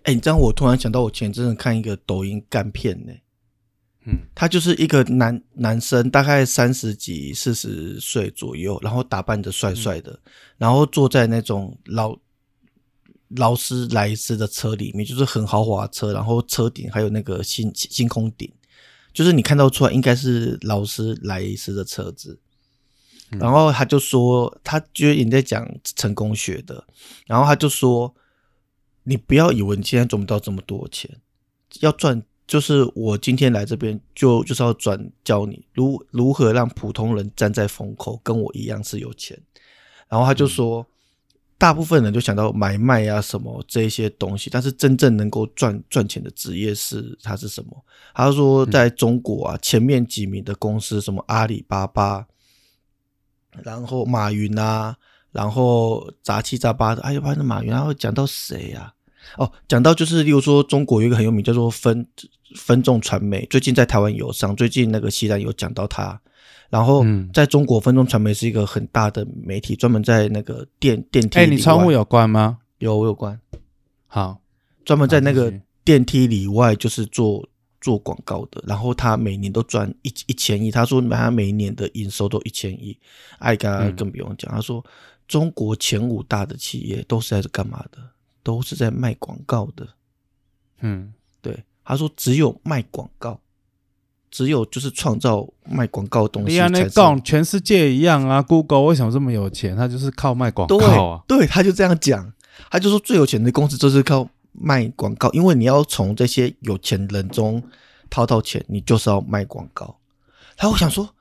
你这样我突然想到，我前阵子看一个抖音干片呢。他就是一个男生，大概30几40岁左右，然后打扮得帅帅的，然后坐在那种劳斯莱斯的车里面，就是很豪华的车，然后车顶还有那个星空顶，就是你看到出来应该是劳斯莱斯的车子。然后他就说，他觉得你在讲成功学的，然后他就说，你不要以为你现在赚不到这么多钱，要赚。就是我今天来这边就是要教你如何让普通人站在风口，跟我一样是有钱。然后他就说，大部分人就想到买卖啊什么这些东西，但是真正能够赚钱的职业它是什么？他说在中国啊，前面几名的公司，什么阿里巴巴，然后马云啊，然后杂七杂八的，哎呀，反正马云，然后讲到谁啊？讲到就是例如说中国有一个很有名叫做分众传媒，最近在台湾有上，最近那个西兰有讲到他。然后在中国分众传媒是一个很大的媒体，专门在那个电梯里外。 你窗户有关吗？ 我有关。 好， 专门在那个电梯里外就是做广告的，然后他每年都赚1000亿，他说他每一年的营收都1000亿。更不用讲，他说中国前5大的企业都是在干嘛的？都是在卖广告的。对，他说只有卖广告，只有就是创造卖广告的东西才是。 全世界一样啊 ，Google 为什么这么有钱？他就是靠卖广告啊。 对，他就这样讲，他就说最有钱的公司就是靠卖广告，因为你要从这些有钱人中掏到钱，你就是要卖广告。然后我想说，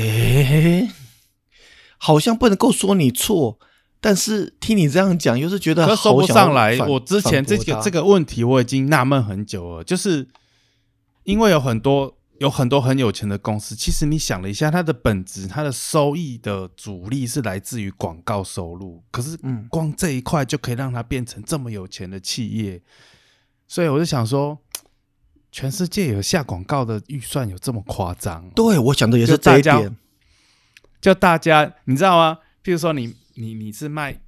好像不能够说你错。但是听你这样讲，又是觉得说不上来。我之前这个问题我已经纳闷很久了，就是因为有很多很有钱的公司，其实你想了一下，它的本质、它的收益的主力是来自于广告收入，可是光这一块就可以让它变成这么有钱的企业，所以我就想说，全世界有下广告的预算有这么夸张？ 对，我想的也是这一点。 就大家你知道吗？譬如说你是卖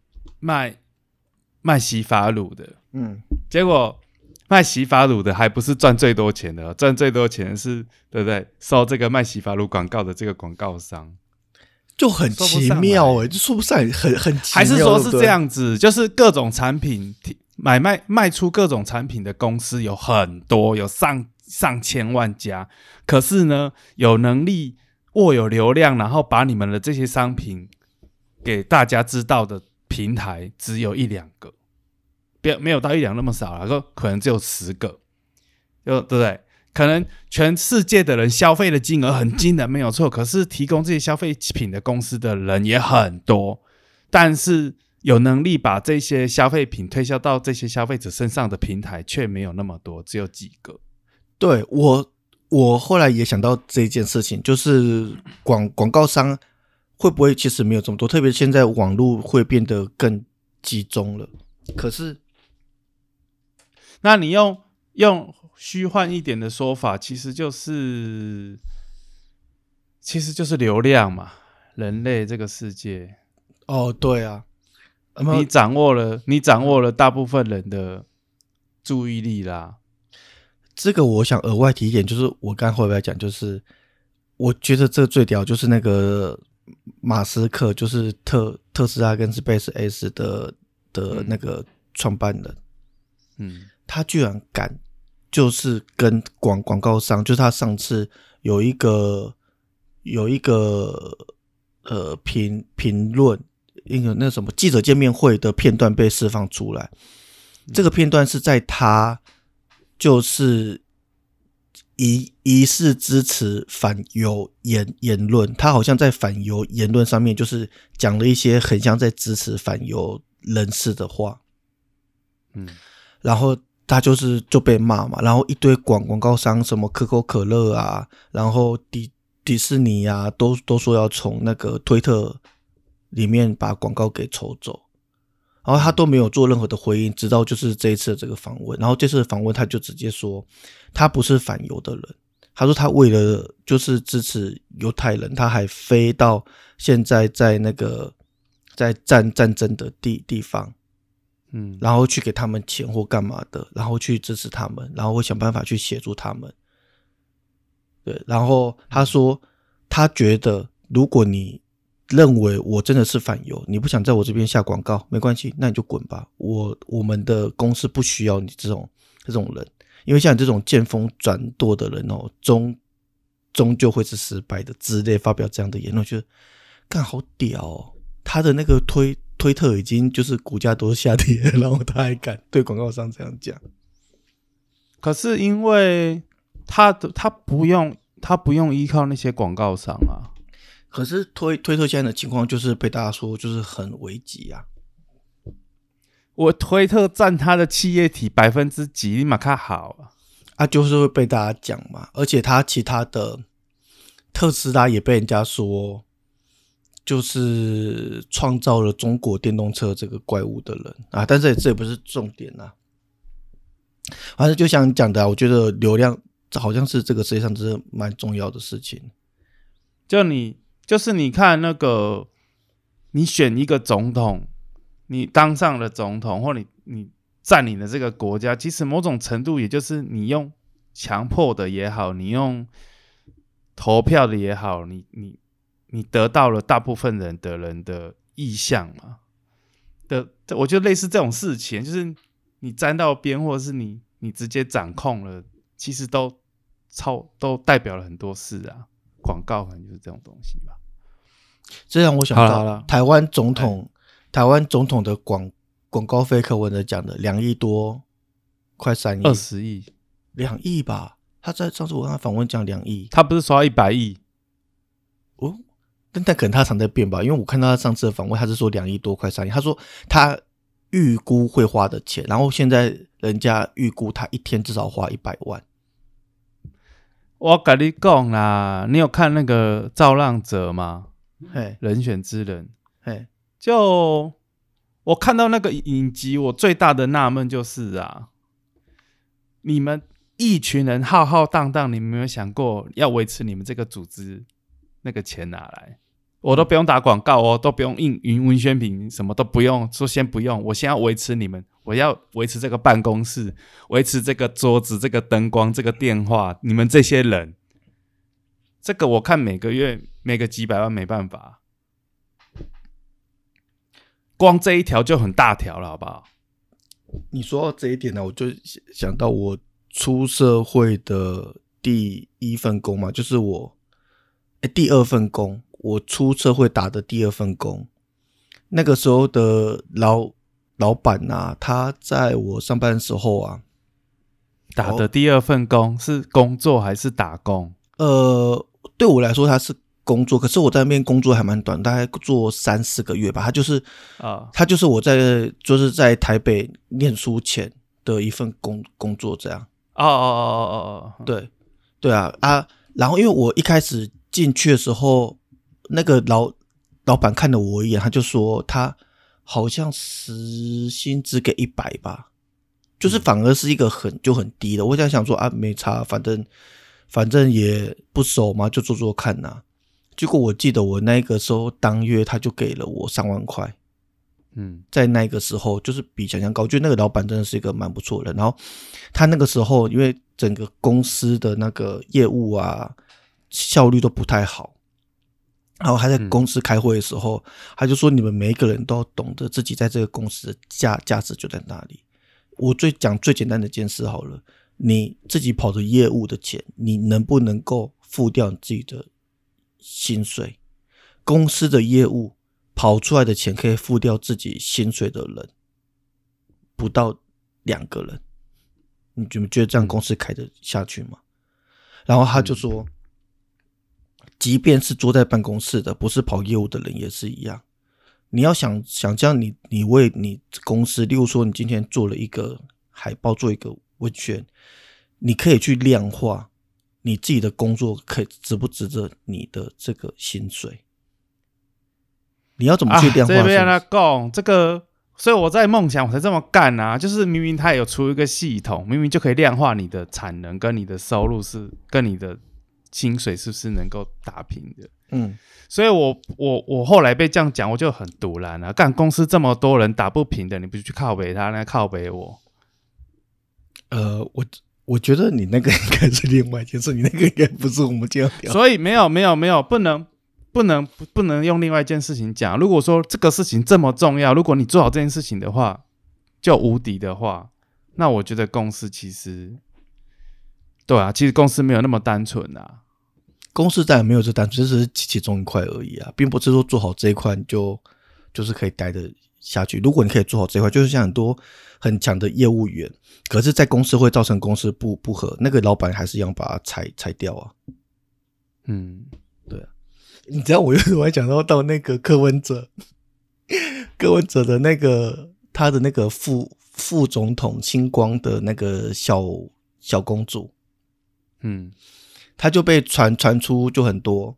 洗发乳的，结果卖洗发乳的还不是赚最多钱的，赚最多钱是对不对？收这个卖洗发乳广告的这个广告商， 就很奇妙就说不上来，很奇妙。 还是说是这样子？就是各种产品卖出各种产品的公司有很多，有上千万家，可是呢，有能力握有流量，然后把你们的这些商品给大家知道的平台只有1-2个，没有到1-2那么少啦，可能只有10个，对不对？可能全世界的人消费的金额很惊人，没有错，可是提供这些消费品的公司的人也很多，但是有能力把这些消费品推销到这些消费者身上的平台却没有那么多，只有几个。 对，我后来也想到这件事情，就是广告商会不会其实没有这么多，特别现在网络会变得更集中了。可是， 那你用虚幻一点的说法，其实就是流量嘛，人类这个世界。 对啊， 你掌握了大部分人的注意力啦。 这个我想额外提一点，就是我刚后来讲，就是我觉得这最屌就是那个马斯克，就是特斯拉跟 SpaceX 的那个创办人，他居然敢就是跟广告商，就是他上次有一个评论，一个那什么记者见面会的片段被释放出来，这个片段是在他就是疑似支持反犹言论，他好像在反犹言论上面就是讲了一些很像在支持反犹人士的话，然后他就被骂嘛，然后一堆广告商什么可口可乐啊，然后迪士尼啊，都说要从那个推特里面把广告给抽走，然后他都没有做任何的回应，直到就是这一次的这个访问，然后这次的访问他就直接说他不是反犹的人，他说他为了就是支持犹太人，他还飞到现在在那个在战争的地方， 然后去给他们钱或干嘛的，然后去支持他们，然后会想办法去协助他们。对，然后他说他觉得如果你认为我真的是反犹，你不想在我这边下广告，没关系，那你就滚吧。我们的公司不需要你这种人，因为像你这种见风转舵的人哦，终究会是失败的之类，发表这样的言论，觉得干好屌哦。他的那个推特已经就是股价都下跌了，然后他还敢对广告商这样讲。 可是因为他不用依靠那些广告商啊。 可是推特现在的情况就是被大家说就是很危急啊。 我推特占他的企业体几%，你嘛看好啊，就是会被大家讲嘛。而且他其他的特斯拉也被人家说就是创造了中国电动车这个怪物的人啊，但是这也不是重点啊。反正就像你讲的我觉得流量好像是这个世界上真的蛮重要的事情。 就是你看那个，你选一个总统，你当上了总统，或你占领了这个国家，其实某种程度也就是你用强迫的也好，你用投票的也好，你得到了大部分人的意向嘛。我觉得类似这种事情，就是你沾到边，或者是你直接掌控了，其实都代表了很多事啊。广告可能就是这种东西吧。 这让我想到台湾总统的广告费，柯文哲讲的2亿多，快3亿 ，20亿 ，2亿吧？他在上次我跟他访问讲2亿， 他不是说100亿哦？但可能他常在变吧，因为我看到他上次的访问，他是说2亿多，快3亿。他说他预估会花的钱，然后现在人家预估他一天至少花100万。 我跟你讲啦，你有看那个《造浪者》吗？人选之人。就我看到那个影集，我最大的纳闷就是啊，你们一群人浩浩荡荡，你们有没有想过要维持你们这个组织那个钱哪来？我都不用打广告哦，都不用印文宣品，什么都不用，说先不用，我先要维持你们，我要维持这个办公室，维持这个桌子、这个灯光、这个电话，你们这些人，这个我看每个月每个几百万没办法，光这一条就很大条了，好不好？ 你说到这一点呢，我就想到我出社会的第一份工嘛，就是我第二份工。我出社会打的第2份工，那个时候的老板啊，他在我上班的时候啊， 打的第2份工是工作还是打工？ 对我来说他是工作，可是我在那边工作还蛮短，大概做3-4个月吧。他就是我就是在台北念书前的一份工作这样。对啊，然后因为我一开始进去的时候。那个老板看了我一眼，他就说他好像时薪只给100吧，就是反而是一个很低的。我在想说啊，没差，反正也不熟嘛，就做看啊。结果我记得我那个时候当月他就给了我3万块，在那个时候就是比想象高。我觉得那个老板真的是一个蛮不错的人。然后他那个时候因为整个公司的那个业务啊效率都不太好。然后他在公司开会的时候，他就说你们每一个人都要懂得自己在这个公司的价值就在哪里。我讲最简单的一件事好了，你自己跑的业务的钱，你能不能够付掉你自己的薪水？公司的业务跑出来的钱可以付掉自己薪水的人不到2个人，你觉得这样公司开得下去吗？然后他就说即便是坐在办公室的，不是跑业务的人也是一样。你要想这样，你为你公司，例如说你今天做了一个海报，做一个文宣，你可以去量化你自己的工作值不值得你的这个薪水。你要怎么去量化？ 这边他讲这个，所以我在梦想我才这么干啊！就是明明他有出一个系统，明明就可以量化你的产能跟你的收入是跟你的薪水是不是能够打平的。所以我后来被这样讲，我就很毒烂了。干公司这么多人打不平的，你不去靠北他，那靠北我。 我觉得你那个应该是另外一件事，你那个应该不是我们这样聊。 所以没有，不能用另外一件事情讲。如果说这个事情这么重要，如果你做好这件事情的话，就无敌的话，那我觉得公司其实，对啊，其实公司没有那么单纯啊。 公司当然没有这单纯，只是其中一块而已啊，并不是说做好这一块你就是可以待得下去。如果你可以做好这一块，就是像很多很强的业务员，可是在公司会造成公司不合，那个老板还是一样把他裁掉啊。对啊。你知道我又还讲到那个柯文哲的那个他的那个副总统星光的那个小公主，他就被传出就很多，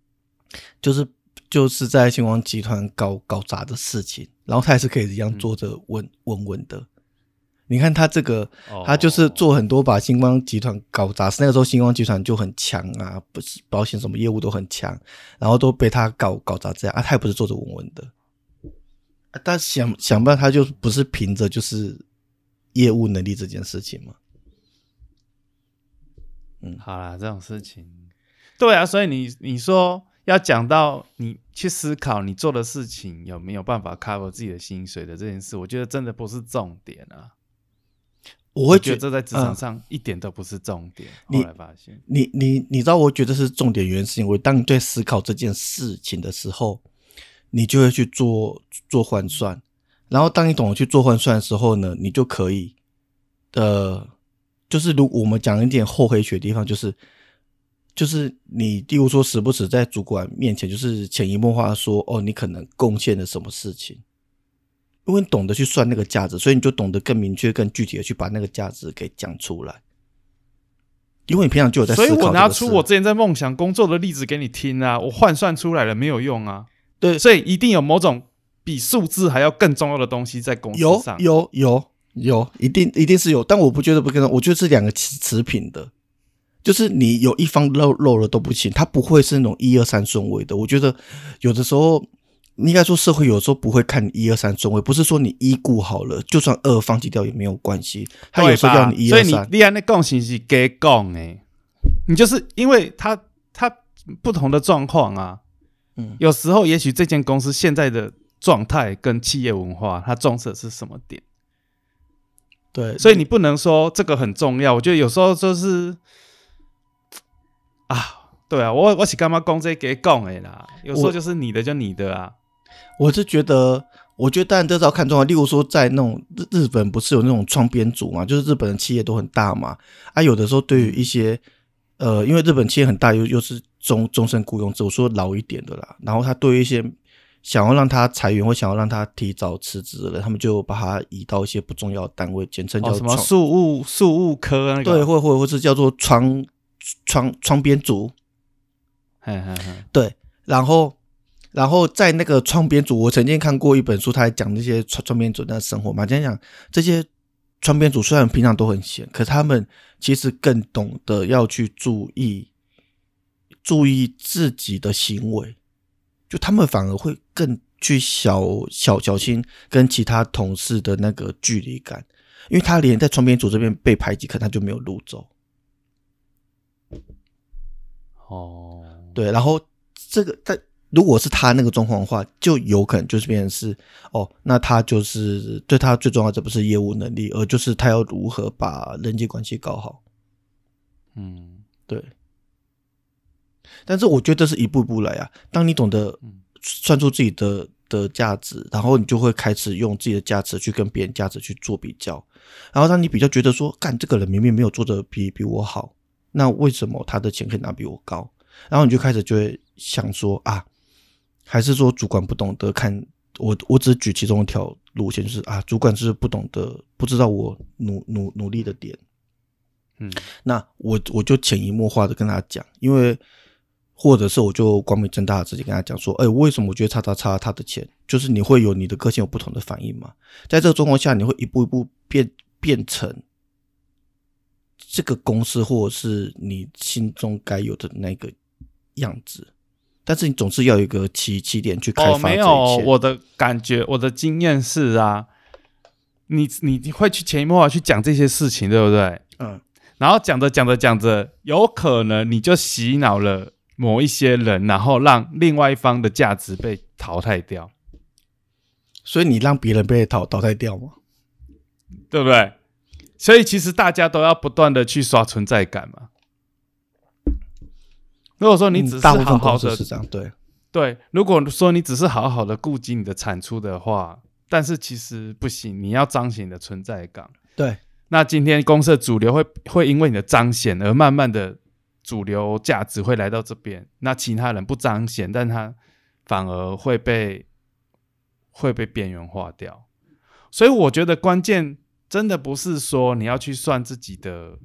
就是在星光集团搞砸的事情，然后他还是可以一样做着稳的。你看他这个，他就是做很多把星光集团搞砸，那个时候星光集团就很强啊，不是保险什么业务都很强，然后都被他搞砸这样啊，他也不是做着稳的。但想办法他就不是凭着就是业务能力这件事情嘛。 好啦，这种事情，对啊，所以你说要讲到你去思考你做的事情有没有办法 cover 自己的薪水的这件事，我觉得真的不是重点啊。我觉得这在职场上一点都不是重点。后来发现， 你知道，我觉得是重点原因是因为当你在思考这件事情的时候，你就会去做换算，然后当你懂得去做换算的时候呢，你就可以就是如果我们讲一点厚黑学的地方，就是你例如说时不时在主管面前就是潜移默化说你可能贡献了什么事情，因为你懂得去算那个价值，所以你就懂得更明确更具体的去把那个价值给讲出来，因为你平常就有在思考这个事。 所以我拿出我之前在梦想工作的例子给你听啊，我换算出来了没有用啊。 对， 所以一定有某种比数字还要更重要的东西在公司上。 有，一定是有，但我不觉得不跟，我觉得是两个持平的，就是你有一方漏了都不行，它不会是那种1、2、3顺位的。我觉得有的时候应该说社会有时候不会看你1、2、3顺位，不是说你1顾好了，就算2放弃掉也没有关系，他有时候要你1、2、3。 所以你按那讲是假讲诶，你就是因为他不同的状况啊，有时候也许这间公司现在的状态跟企业文化，它重视的是什么点？ 对， 所以你不能说这个很重要。我觉得有时候就是对啊，我是干嘛讲这给讲的啦？有时候就是你的就你的啊。 我觉得当然这是要看状况。例如说，在那种日本不是有那种创编组嘛，就是日本的企业都很大嘛，有的时候对于一些因为日本企业很大，又是终身雇佣制，我说老一点的啦，然后他对于一些想要让他裁员或想要让他提早辞职的人，他们就把他移到一些不重要的单位，简称叫什么宿务科那个， 对，或是叫做创编组，对，然后在那个创编组，我曾经看过一本书，他还讲那些创编组的生活嘛，讲这些创编组虽然平常都很闲，可是他们其实更懂得要去注意自己的行为。就他们反而会更去小心跟其他同事的那个距离感，因为他连在创编组这边被排挤，可能他就没有路走。对，然后这个如果是他那个状况的话，就有可能就是变成是那他就是对他最重要的不是业务能力，而就是他要如何把人际关系搞好。对。但是我觉得这是一步一步来啊，当你懂得算出自己的价值，然后你就会开始用自己的价值去跟别人价值去做比较，然后当你比较觉得说干这个人明明没有做得比我好，那为什么他的钱可以拿比我高，然后你就开始就会想说还是说主管不懂得看我只举其中一条路线，就是主管是不懂得不知道我努力的点。那我就潜移默化的跟他讲，因为或者是我就光明正大的直接跟他讲说为什么我觉得差他的钱，就是你会有你的个性有不同的反应嘛，在这个状况下你会一步一步变成这个公司或者是你心中该有的那个样子，但是你总是要有一个起点去开发这一切。 没有，我的感觉，我的经验是啊，你会去潜移默化去讲这些事情，对不对？然后讲着，有可能你就洗脑了某一些人，然后让另外一方的价值被淘汰掉。 所以你让别人被淘汰掉吗？ 对不对？所以其实大家都要不断的去刷存在感嘛。如果说你只是好好的， 是这样， 对，如果说你只是好好的顾及你的产出的话，但是其实不行，你要彰显你的存在感。 对， 那今天公司的主流会因为你的彰显而慢慢的主流价值会来到这边，那其他人不彰显，但他反而会被边缘化掉。所以我觉得关键真的不是说你要去算自己的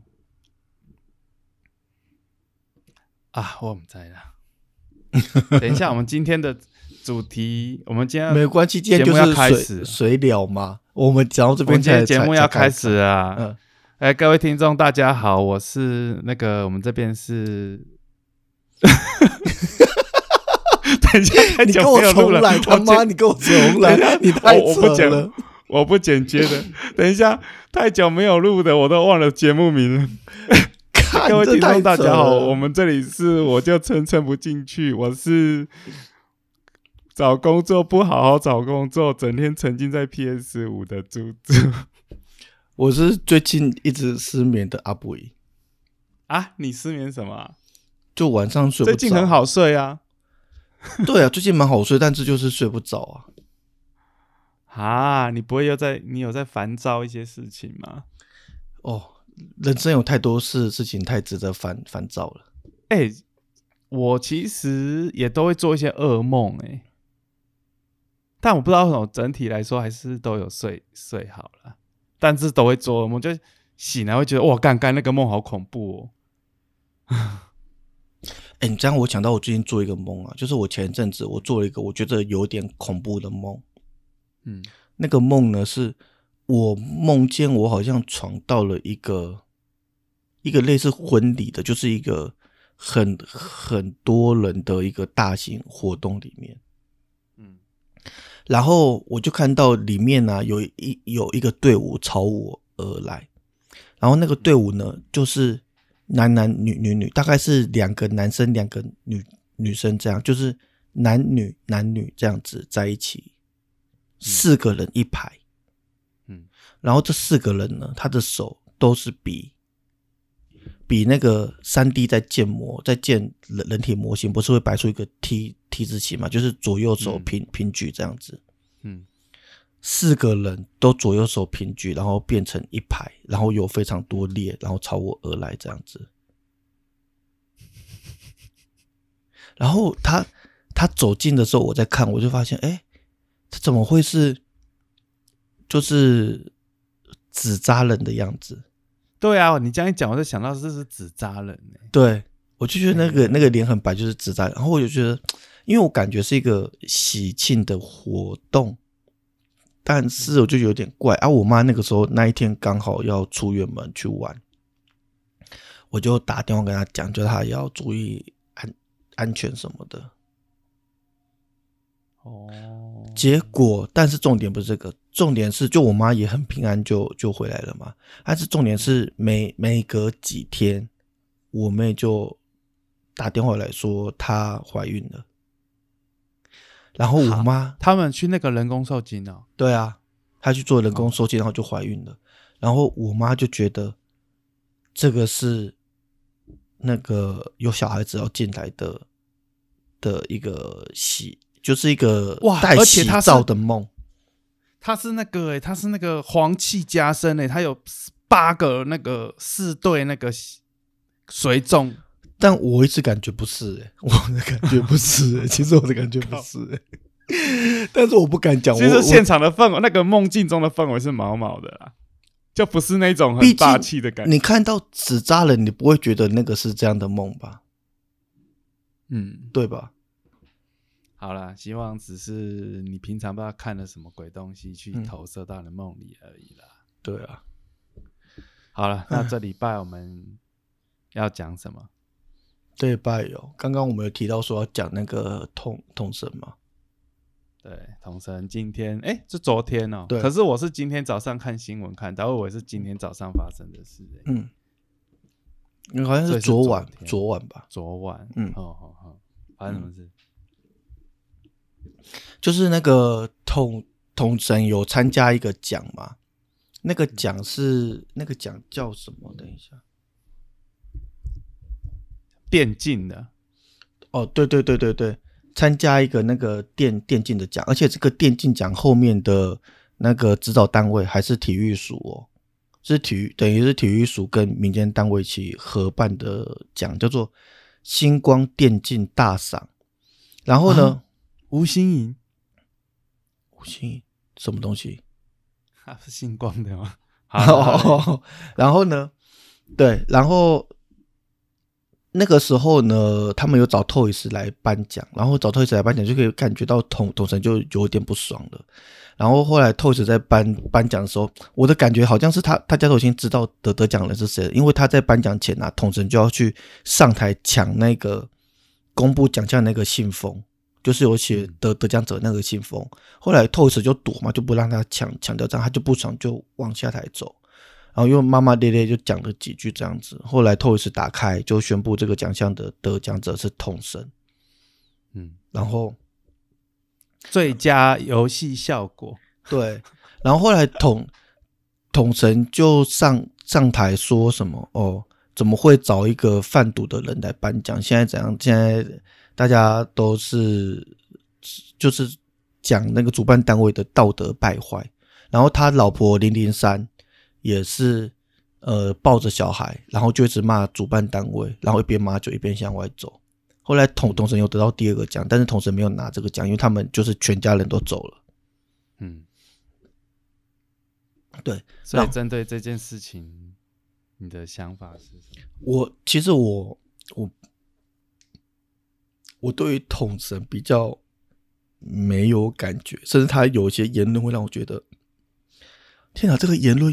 我不知道啦。等一下，我们今天的主题，我们今天没关系，今天就是水聊嘛。我们讲到这边， 我们今天节目要开始啊。各位听众，大家好，我是我们这边是。等一下， 你跟我重来，他妈，你跟我重来，你太扯了。 我不剪接的。等一下，太久没有录的，我都忘了节目名了。各位听众大家好，我们这里是我就撑不进去，我是找工作不好好找工作，整天沉浸在 PS5 的猪猪。 我是最近一直失眠的阿布伊。 你失眠什么啊？ 就晚上睡不着。 最近很好睡啊。 对啊，最近蛮好睡，但是就是睡不着你不会你有在烦躁一些事情吗？ 人生有太多事情太值得烦躁了。 我其实也都会做一些噩梦但我不知道为什么，整体来说还是都有睡好了，但是都会做噩梦，就醒来会觉得哇，刚那个梦好恐怖你这样我想到我最近做一个梦就是我前一阵子我做了一个我觉得有点恐怖的梦。那个梦呢，是我梦见我好像闯到了一个类似婚礼的，就是一个很多人的一个大型活动里面。然后我就看到里面有一个队伍朝我而来，然后那个队伍呢就是男女，大概是2个男生2个女生，这样就是男女这样子在一起，4个人一排。然后这4个人呢，他的手都是比那个 3D 在建人体模型，不是会摆出一个 T 字形嘛，就是左右手平举这样子。4个人都左右手平举，然后变成一排，然后有非常多裂，然后朝我而来这样子。然后他走近的时候，我在看，我就发现他怎么会是就是纸扎人的样子。 对啊，你这样一讲，我就想到这是纸扎人对，我就觉得那个脸很白，就是纸扎人。然后我就觉得，因为我感觉是一个喜庆的活动，但是我就有点怪我妈那个时候那一天刚好要出远门去玩，我就打电话跟她讲，就她要注意安全什么的。结果但是重点不是这个，重点是就我妈也很平安就回来了嘛。但是重点是每隔几天我妹就打电话来说她怀孕了。然后我妈他们去那个人工受精对啊，她去做人工受精，然后就怀孕了。然后我妈就觉得这个是那个有小孩子要进来的一个就是一个带喜兆的梦。 他是那个黄气加身他有8个那个4对那个随众。 但我一直感觉不是我的感觉不是其实我的感觉不是但是我不敢讲。 其实现场的氛围，那个梦境中的氛围是毛毛的啦，就不是那种很霸气的感觉。 你看到纸扎人，你不会觉得那个是这样的梦吧？对吧？ 好啦，希望只是你平常不知道看了什么鬼东西去投射到你的梦里而已啦。 对啊。 好了，那这礼拜我们要讲什么？ 这礼拜刚刚我们有提到说要讲那个统神嘛。 对，统神今天是昨天哦。 对。 可是我是今天早上看新闻看到，我以为是今天早上发生的事。 好像是昨晚吧。 昨晚。好。发生什么事？ 就是那个统神有参加一个奖嘛，那个奖叫什么？等一下， 电竞的。 哦，对，参加一个那个电竞的奖，而且这个电竞奖后面的那个指导单位还是体育署哦，等于是体育署跟民间单位一起合办的奖，叫做星光电竞大赏。然后呢， 吴欣颖什么东西？ 他是星光的吗？ 然后呢，对，然后那个时候呢，他们有找 Toys 来颁奖，然后找 Toys 来颁奖就可以感觉到统神就有点不爽了。然后后来 Toys 在颁奖的时候，我的感觉好像是大家都已经知道得奖人是谁了，因为他在颁奖前统神就要去上台抢那个公布奖项那个信封，就是有写得奖者那个信封。后来 Toys 就躲嘛，就不让他抢掉这样，他就不爽就往下台走。然后又骂骂咧咧就讲了几句这样子，后来 Toys 打开就宣布这个奖项的得奖者是统神。然后最佳游戏效果。 对，然后后来统神就上台说什么怎么会找一个贩毒的人来颁奖？现在怎样？现在大家都就是讲那个主办单位的道德败坏。然后他老婆003也是抱着小孩，然后就一直骂主办单位，然后一边骂就一边向外走。后来统神有得到第2个奖，但是统神没有拿这个奖，因为他们就是全家人都走了。对。 所以针对这件事情，你的想法是什么？ 其实我对于统神比较没有感觉，甚至他有一些言论会让我觉得，天哪，这个言论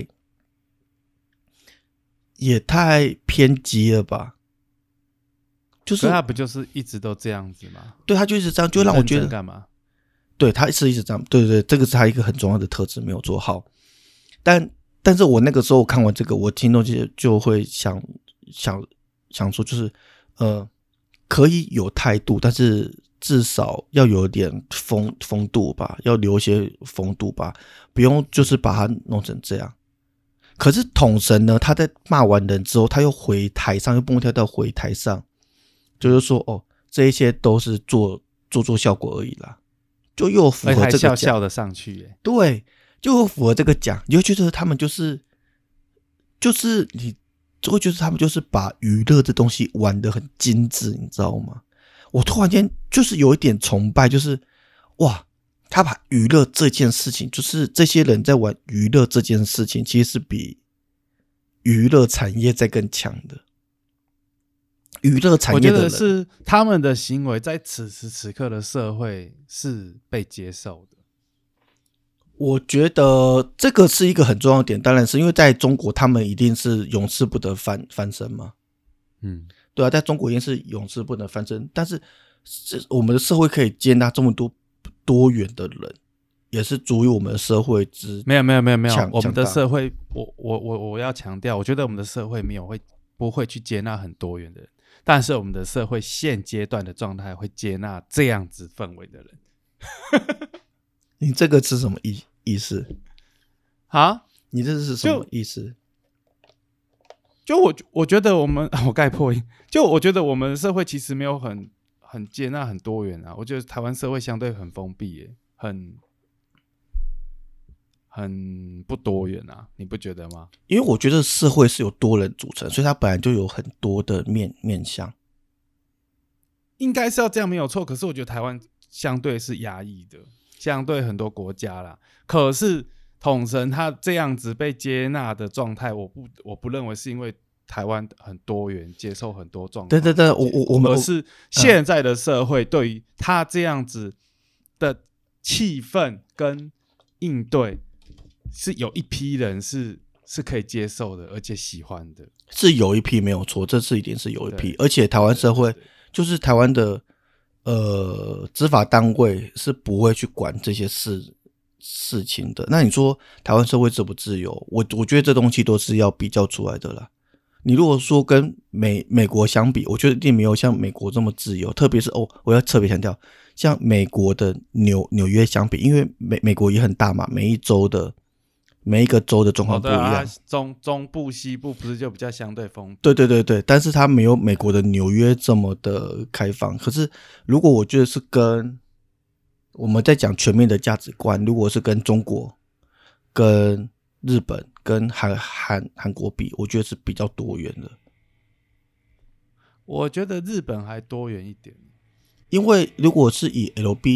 也太偏激了吧。就是他不就是一直都这样子吗？ 对，他就一直这样，就让我觉得干嘛？对， 他是一直这样。对，这个是他一个很重要的特质，没有做好。但是我那个时候看完这个，我听到就会想说，就是可以有态度，但是至少要有点风度吧，要留一些风度吧，不用就是把它弄成这样。可是统神呢，他在骂完人之后，他又回台上，又蹦跳到回台上，就是说这一些都是做效果而已啦，就又符合这个奖， 还笑的上去耶。 对，就符合这个奖，你会觉得他们就是你就会觉得他们就是把娱乐这东西玩得很精致，你知道吗？我突然间就是有一点崇拜，就是哇，他把娱乐这件事情，就是这些人在玩娱乐这件事情，其实是比娱乐产业在更强的。娱乐产业的人， 我觉得是他们的行为在此时此刻的社会是被接受的。 我觉得这个是一个很重要的点，当然是因为在中国他们一定是永世不得翻身嘛。对啊，在中国一定是永世不能翻身，但是我们的社会可以接纳这么多元的人，也是足以我们的社会之没有，我们的社会，我要强调，我觉得我们的社会不会去接纳很多元的人，但是我们的社会现阶段的状态会接纳这样子氛围的人。 你这个是什么意思啊？ 你这是什么意思？ 就我觉得我盖破音，就我觉得我们社会其实没有很接纳很多元啊。我觉得台湾社会相对很封闭耶，很不多元啊，你不觉得吗？ 因为我觉得社会是由多人组成，所以它本来就有很多的面向。 应该是要这样没有错，可是我觉得台湾相对是压抑的，相对很多国家啦。可是统神他这样子被接纳的状态，我不认为是因为台湾很多元，接受很多状态。 对，我们而是现在的社会对于他这样子的气氛跟应对，是有一批人是是可以接受的，而且喜欢的， 是有一批没有错，这是一定是有一批，而且台湾社会就是台湾的执法单位是不会去管这些事情的。那你说台湾社会自不自由？我觉得这东西都是要比较出来的啦。你如果说跟美国相比，我觉得一定没有像美国这么自由，特别是我要特别强调，像美国的纽约相比，因为美国也很大嘛，每一个州的状况不一样， 中部西部不是就比较相对封闭？ 对，但是它没有美国的纽约这么的开放。可是如果我觉得是跟我们在讲全面的价值观，如果是跟中国、跟日本、跟韩国比，我觉得是比较多元的。 我觉得日本还多元一点， 因为如果是以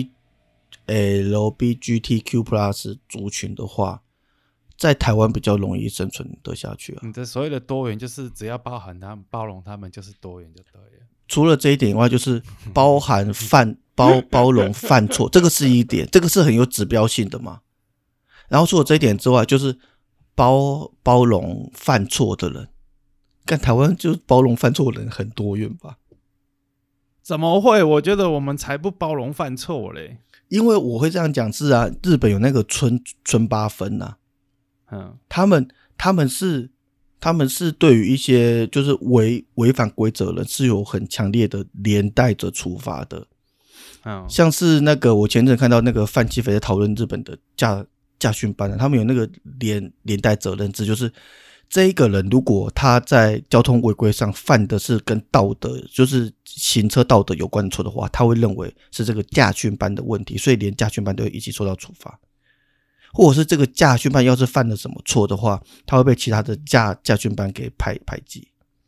LGBTQ+ 族群的话，在台湾比较容易生存得下去啊。 你的所谓的多元，就是只要包含他们、包容他们，就是多元就对了。 除了这一点以外，就是包含包容犯错，这个是一点，这个是很有指标性的嘛。然后除了这一点之外，就是包容犯错的人。看台湾就包容犯错的人很多元吧？ 怎么会？我觉得我们才不包容犯错嘞。 因为我会这样讲是啊，日本有那个村八分啊。他们是对于一些就是违反规则的人是有很强烈的连带着处罚的。像是那个我前阵看到那个范基斐在讨论日本的驾训班，他们有那个连带责任制，就是这一个人如果他在交通违规上犯的是跟道德就是行车道德有关的错的话，他会认为是这个驾训班的问题，所以连驾训班都会一起受到处罚。或者是这个驾训班要是犯了什么错的话，他会被其他的驾训班给排挤。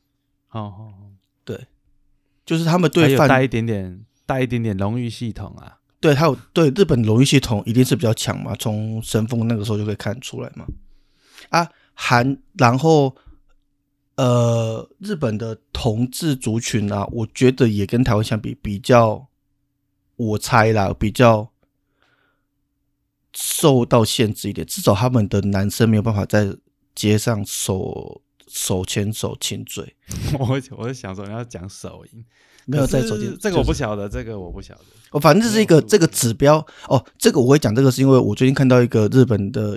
对，就是他们对还有带一点点荣誉系统啊。 对，还有对日本荣誉系统一定是比较强嘛，从神风那个时候就可以看出来嘛。然后日本的同志族群啊，我觉得也跟台湾相比，比较我猜啦，比较受到限制一点，至少他们的男生没有办法在街上手牵手亲嘴。 我是想说你要讲手淫， 没有在手牵， 这个我不晓得，这个我不晓得。 反正这是一个这个指标哦。这个我会讲这个是因为我最近看到一个日本的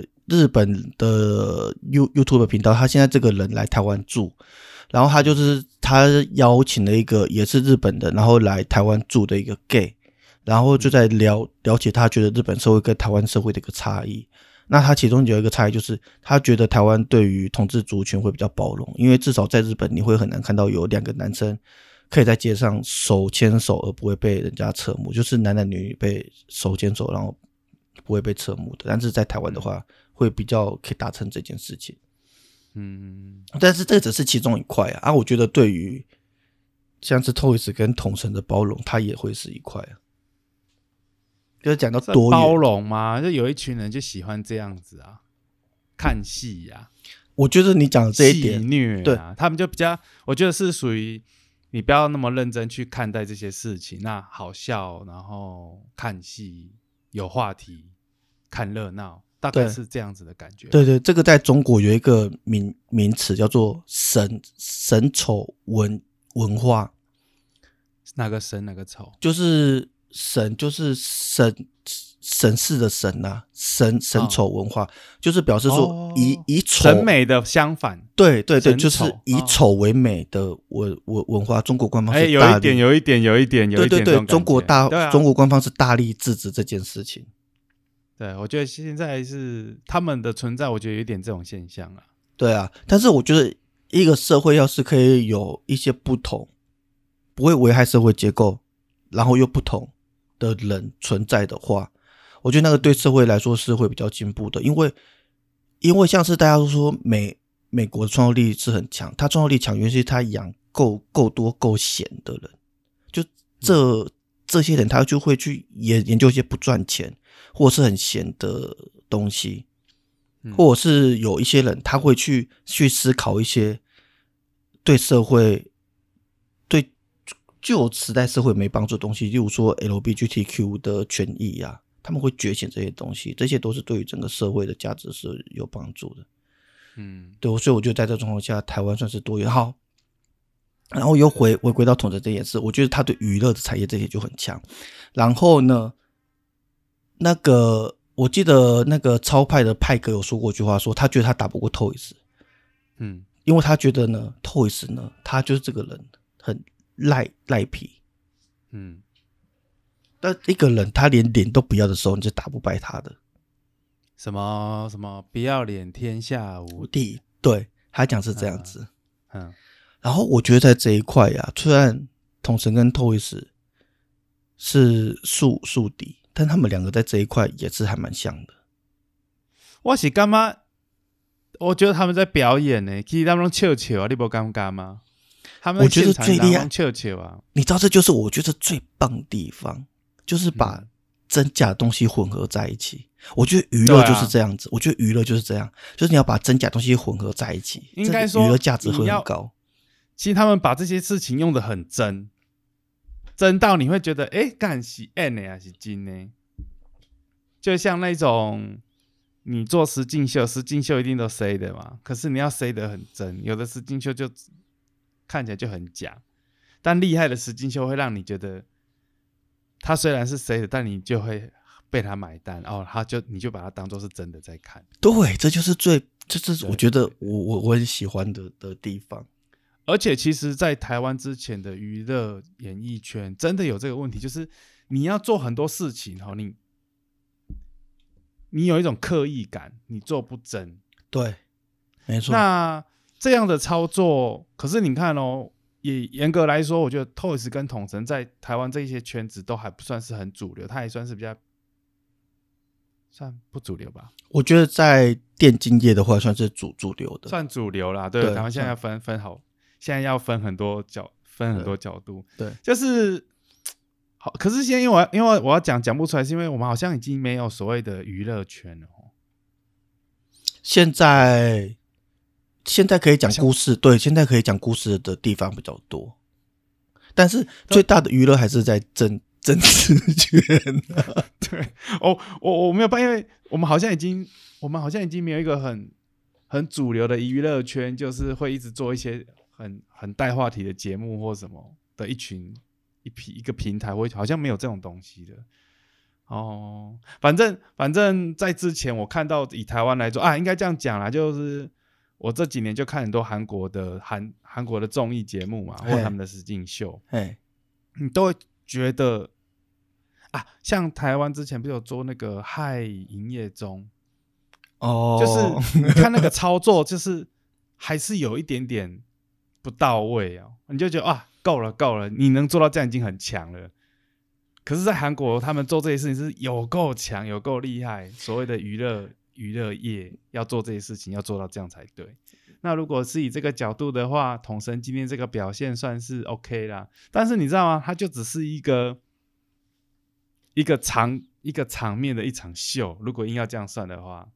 YouTube 频道，他现在这个人来台湾住，然后他邀请了一个也是日本的，然后来台湾住的一个 gay。然后就在了解他觉得日本社会跟台湾社会的一个差异。那他其中有一个差异就是他觉得台湾对于同志族群会比较包容，因为至少在日本你会很难看到有两个男生可以在街上手牵手而不会被人家侧目，就是男女被手牵手然后不会被侧目的。但是在台湾的话会比较可以达成这件事情。但是这只是其中一块啊。我觉得对于像是 Toys 跟统神的包容，它也会是一块啊。就是讲到多元包容嘛，就有一群人就喜欢这样子啊，看戏啊。 我觉得你讲的这一点， 戏虐啊， 对， 他们就比较，我觉得是属于你不要那么认真去看待这些事情，那好笑，然后看戏有话题，看热闹，大概是这样子的感觉。 对，这个在中国有一个名词叫做神丑文化。 哪个神哪个丑？ 就是神，就是审视的神啊，神丑文化，就是表示说以丑审美的相反。 对，就是以丑为美的文化。中国官方是有一点， 对，中国官方是大力制止这件事情。 对，我觉得现在是他们的存在，我觉得有一点这种现象啊。 对啊，但是我觉得一个社会要是可以有一些不同，不会危害社会结构，然后又不同的人存在的话，我觉得那个对社会来说是会比较进步的。因为像是大家都说美国的创造力是很强，他创造力强，原因是他养够多够闲的人，就这些人他就会去研究一些不赚钱或是很闲的东西，或者是有一些人他会去思考一些对社会对旧时代社会没帮助的东西，例如说 LGBTQ 的权益啊，他们会觉醒这些东西，这些都是对于整个社会的价值是有帮助的。 对，所以我觉得在这状况下，台湾算是多元。好，然后又回归到统神这件事，我觉得他对娱乐的产业这些就很强。然后呢，那个我记得那个超派的派哥有说过一句话，说他觉得他打不过 Toys， 因为他觉得呢 Toys 呢，他就是这个人很赖皮，但一个人他连脸都不要的时候，你就打不败他的。 什么什么不要脸天下无敌，对，他讲是这样子。然后我觉得在这一块呀，虽然统神跟 Toys 是宿敌，但他们两个在这一块也是还蛮像的。 我是感觉，我觉得他们在表演呢，其实他们都笑笑啊，你不感觉吗？他们我觉得最厉害笑笑啊， 你知道这就是我觉得最棒的地方，就是把真假东西混合在一起。我觉得娱乐就是这样子，我觉得娱乐就是这样，就是你要把真假东西混合在一起， 应该说娱乐价值会很高。 其实他们把这些事情用得很真到你会觉得，干是演的还是真的？就像那种你做实境秀一定都 say 的嘛，可是你要 say 得很真，有的实境秀就看起来就很假，但厉害的实境秀会让你觉得，他虽然是 say 的，但你就会被他买单哦，你就把它当作是真的在看。 对，这就是我觉得我很喜欢的地方。 而且其实在台湾之前的娱乐演艺圈真的有这个问题，就是你要做很多事情你有一种刻意感，你做不真。 对，没错。 那这样的操作，可是你看也严格来说，我觉得 Toys 跟统神在台湾这些圈子都还不算是很主流，它也算是比较算不主流吧。 我觉得在电竞业的话算是主流的， 算主流啦。对，台湾现在要分好，现在要分很多角度。 对， 就是好。可是现在因为我要讲不出来，是因为我们好像已经没有所谓的娱乐圈了。 现在可以讲故事，对，现在可以讲故事的地方比较多，但是最大的娱乐还是在政治圈。 对，我没有办法，因为我们好像已经没有一个很主流的娱乐圈，就是会一直做一些很带话题的节目或什么的一个平台，好像没有这种东西的。反正在之前我看到以台湾来说应该这样讲啦，就是我这几年就看很多韩国的综艺节目嘛，或他们的实境秀，你都会觉得像台湾之前不是有做那个嗨营业中，就是你看那个操作，就是还是有一点点不到位你就觉得够了，你能做到这样已经很强了。可是在韩国他们做这些事情是有够强有够厉害，所谓的娱乐业要做这些事情要做到这样才对。那如果是以这个角度的话，统神今天这个表现算是 OK 啦，但是你知道吗，它就只是一个场面的一场秀，如果硬要这样算的话，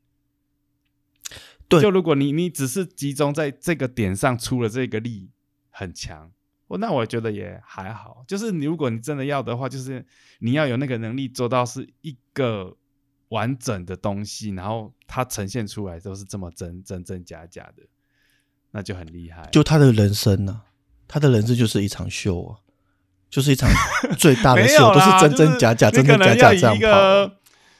对，就如果你只是集中在这个点上出了这个力很强，那我觉得也还好。就是如果你真的要的话，就是你要有那个能力做到是一个完整的东西，然后它呈现出来都是这么真假的，那就很厉害。 就他的人生啊，他的人生就是一场秀啊，就是一场最大的秀，都是真假，真假这样跑。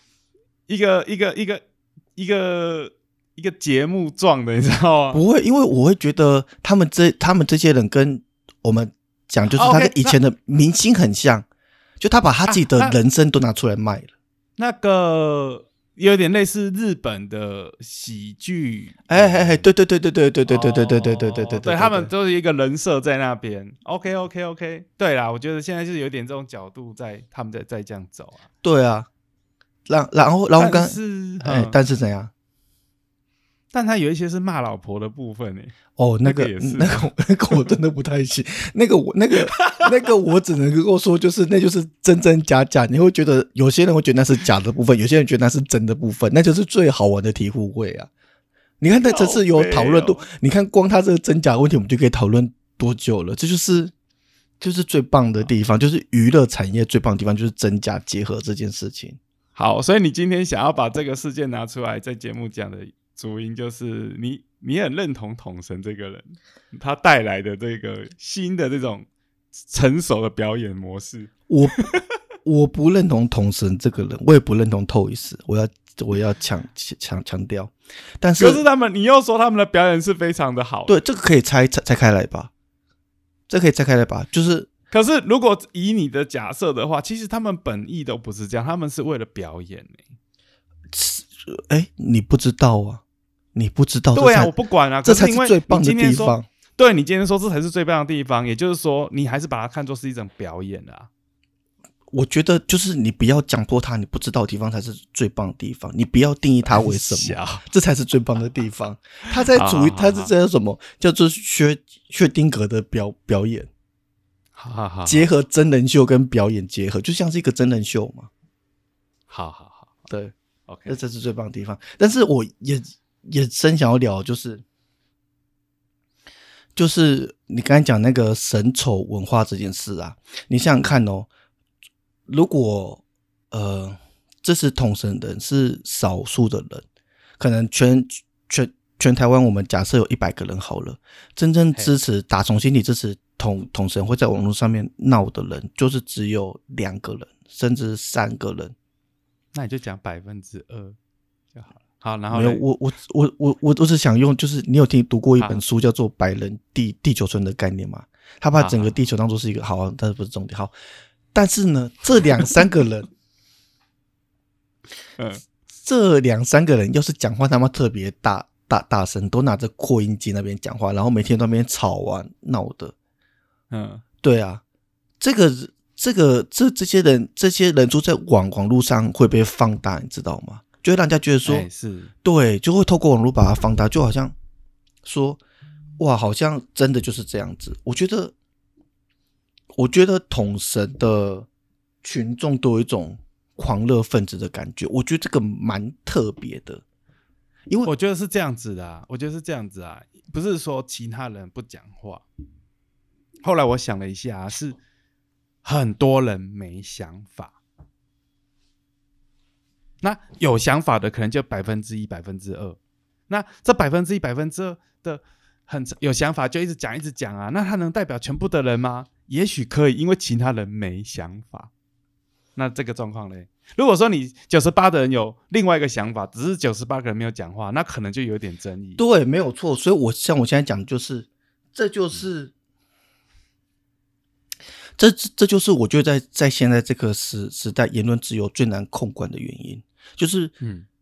一个节目状的，你知道吗？ 不会，因为我会觉得他们这些人跟我们讲，就是他跟以前的明星很像，就他把他自己的人生都拿出来卖了。 那个有点类似日本的喜剧，对，他们都是一个人设在那边。OK， 对啦，我觉得现在就是有点这种角度在他们在这样走啊。 对啊，然后但是怎样？ 但他有一些是骂老婆的部分那个我真的不太行，那个我只能够说，就是那就是真假，你会觉得有些人会觉得那是假的部分，有些人觉得那是真的部分，那就是最好玩的体互会啊！你看，这次有讨论度，你看光他这个真假问题，我们就可以讨论多久了？这就是最棒的地方，就是娱乐产业最棒的地方，就是真假结合这件事情。 好，所以你今天想要把这个事件拿出来在节目讲的主因就是你很认同统神这个人，他带来的这个新的这种成熟的表演模式。 我不认同统神这个人，我也不认同透一斯，我要强调。但是可是你又说他们的表演是非常的好的， 对，这个可以拆开来吧？就是。 可是如果以你的假设的话，其实他们本意都不是这样，他们是为了表演你不知道啊？你不知道？ 对啊，我不管啊， 这才是最棒的地方。 对，你今天说这才是最棒的地方，也就是说，你还是把它看作是一种表演啊。 我觉得就是你不要讲破它，你不知道的地方才是最棒的地方。你不要定义它为什么，这才是最棒的地方。他在他是叫什么？叫做薛丁格的表演。结合真人秀跟表演结合，就像是一个真人秀嘛。 好， 对 ，OK， 这是最棒的地方。但是我也真想要聊，就是你刚才讲那个神丑文化这件事啊，你想想看哦，如果支持统神的人是少数的人，可能全台湾我们假设有100个人好了，真正支持打从心底支持统神会在网络上面闹的人，就是只有2个人，甚至3个人。 那你就讲2%就好了。好，然后没有，我都是想用，就是你有读过一本书叫做《百人地球村》的概念吗？他把整个地球当作是一个好，但是不是重点。好，但是呢，这2-3个人，这2-3个人要是讲话他妈特别大声，都拿着扩音机那边讲话，然后每天都那边吵啊闹的。对啊，这些人就在网络上会被放大，你知道吗？就会让人家觉得说， 是， 对，就会透过网络把它放大，就好像说，哇，好像真的就是这样子。我觉得统神的群众都有一种狂热分子的感觉，我觉得这个蛮特别的。因为我觉得是这样子的啊，不是说其他人不讲话。后来我想了一下，是很多人没想法，那有想法的可能就1%、2%，那这1%、2%的很有想法就一直讲啊，那他能代表全部的人吗？也许可以，因为其他人没想法。那这个状况呢？如果说你98的人有另外一个想法，只是98个人没有讲话，那可能就有点争议。 对，没有错。所以像我现在讲的就是，这就是我觉得在现在这个时代，言论自由最难控管的原因，就是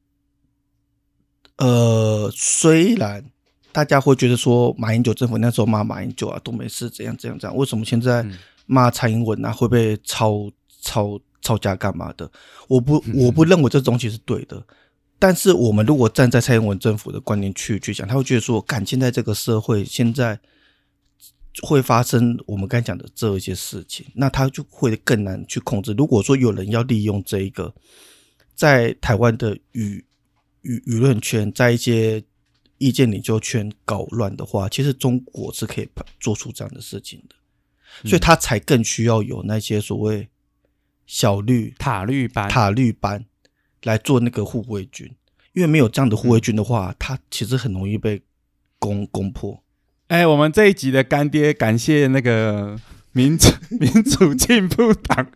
虽然大家会觉得说马英九政府那时候骂马英九啊都没事，怎样，为什么现在骂蔡英文啊会被抄家干嘛的？我不认为这东西是对的。但是我们如果站在蔡英文政府的观念去讲，他会觉得说，干，现在这个社会现在会发生我们刚才讲的这一些事情，那他就会更难去控制。如果说有人要利用这一个在台湾的舆论圈，在一些意见领袖圈搞乱的话，其实中国是可以做出这样的事情的。所以他才更需要有那些所谓塔绿班来做那个护卫军，因为没有这样的护卫军的话，他其实很容易被攻破。 我们这一集的干爹感谢那个民主进步党。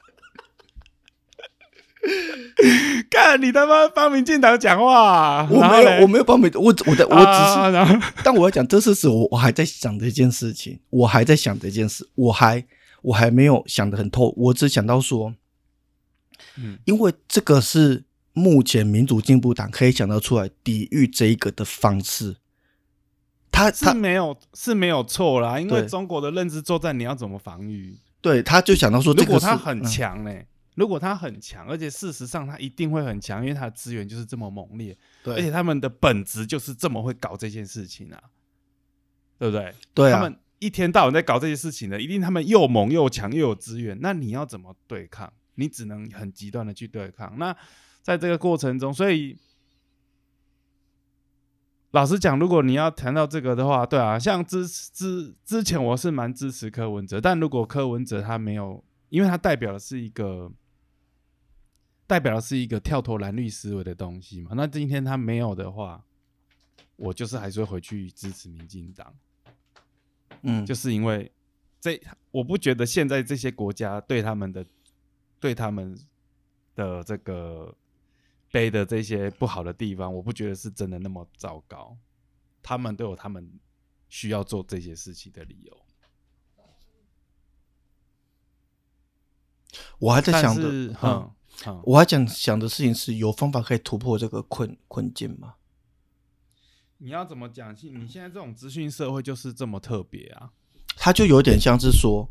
干，你他妈帮民进党讲话啊！ 我没有帮我只是，但我要讲这是我还在想的一件事情，我还没有想得很透，我只想到说，因为这个是目前民主进步党可以想得出来抵御这一个的方式。他是没有错啦，因为中国的认知作战你要怎么防御？ 对，他就想到说， 如果他很强如果他很强，而且事实上他一定会很强，因为他的资源就是这么猛烈，而且他们的本质就是这么会搞这件事情啊，对不对？ 对啊， 他们一天到晚在搞这些事情的，一定他们又猛又强又有资源，那你要怎么对抗？你只能很极端的去对抗。那在这个过程中，所以老实讲，如果你要谈到这个的话，对啊，像之前我是蛮支持柯文哲，但如果柯文哲他没有，因为他代表的是一个跳脱蓝绿思维的东西嘛，那今天他没有的话， 我就是还是会回去支持民进党。 就是因为我不觉得现在这些国家对他们的这个背的这些不好的地方，我不觉得是真的那么糟糕。他们都有他们需要做这些事情的理由。 我还在想的，我还想的事情是有方法可以突破这个困境吗？ 你要怎么讲？你现在这种资讯社会就是这么特别啊！ 它就有点像是说，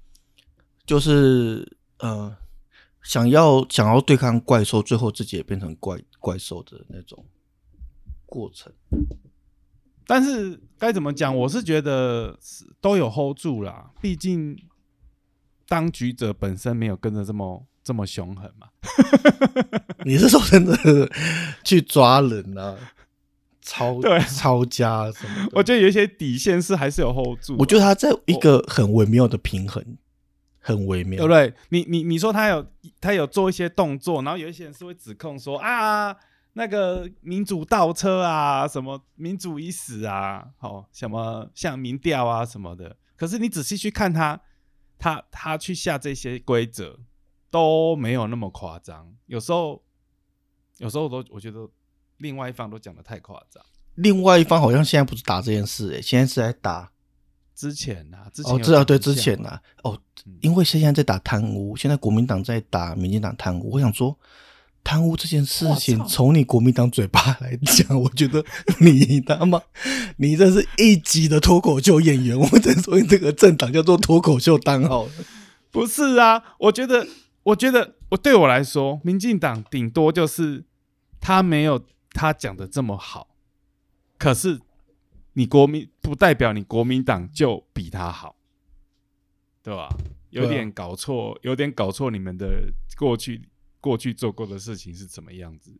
就是想要对抗怪兽，最后自己也变成怪兽的那种过程。 但是该怎么讲？我是觉得都有 hold 住啦，毕竟当局者本身没有跟着这么凶狠嘛。 你是说真的去抓人啊？抄家什么的？ 我觉得有一些底线是还是有 hold 住。 我觉得他在一个很微妙的平衡，很微妙， 对不对？你说他有做一些动作，然后有一些人是会指控说啊，那个民主倒车啊，什么民主已死啊，什么像民调啊什么的。可是你仔细去看他去下这些规则都没有那么夸张，有时候我觉得另外一方都讲得太夸张。 另外一方好像现在不是打这件事，现在是在打之前对之前啊，因为现在在打贪污，现在国民党在打民进党贪污。我想说，贪污这件事情从你国民党嘴巴来讲，我觉得你他妈，你这是一级的脱口秀演员。我只能说你这个政党叫做脱口秀当好了。 不是啊，我觉得对我来说，民进党顶多就是他没有他讲的这么好，可是你不代表你国民党就比他好，对吧？有点搞错你们的过去做过的事情是怎么样子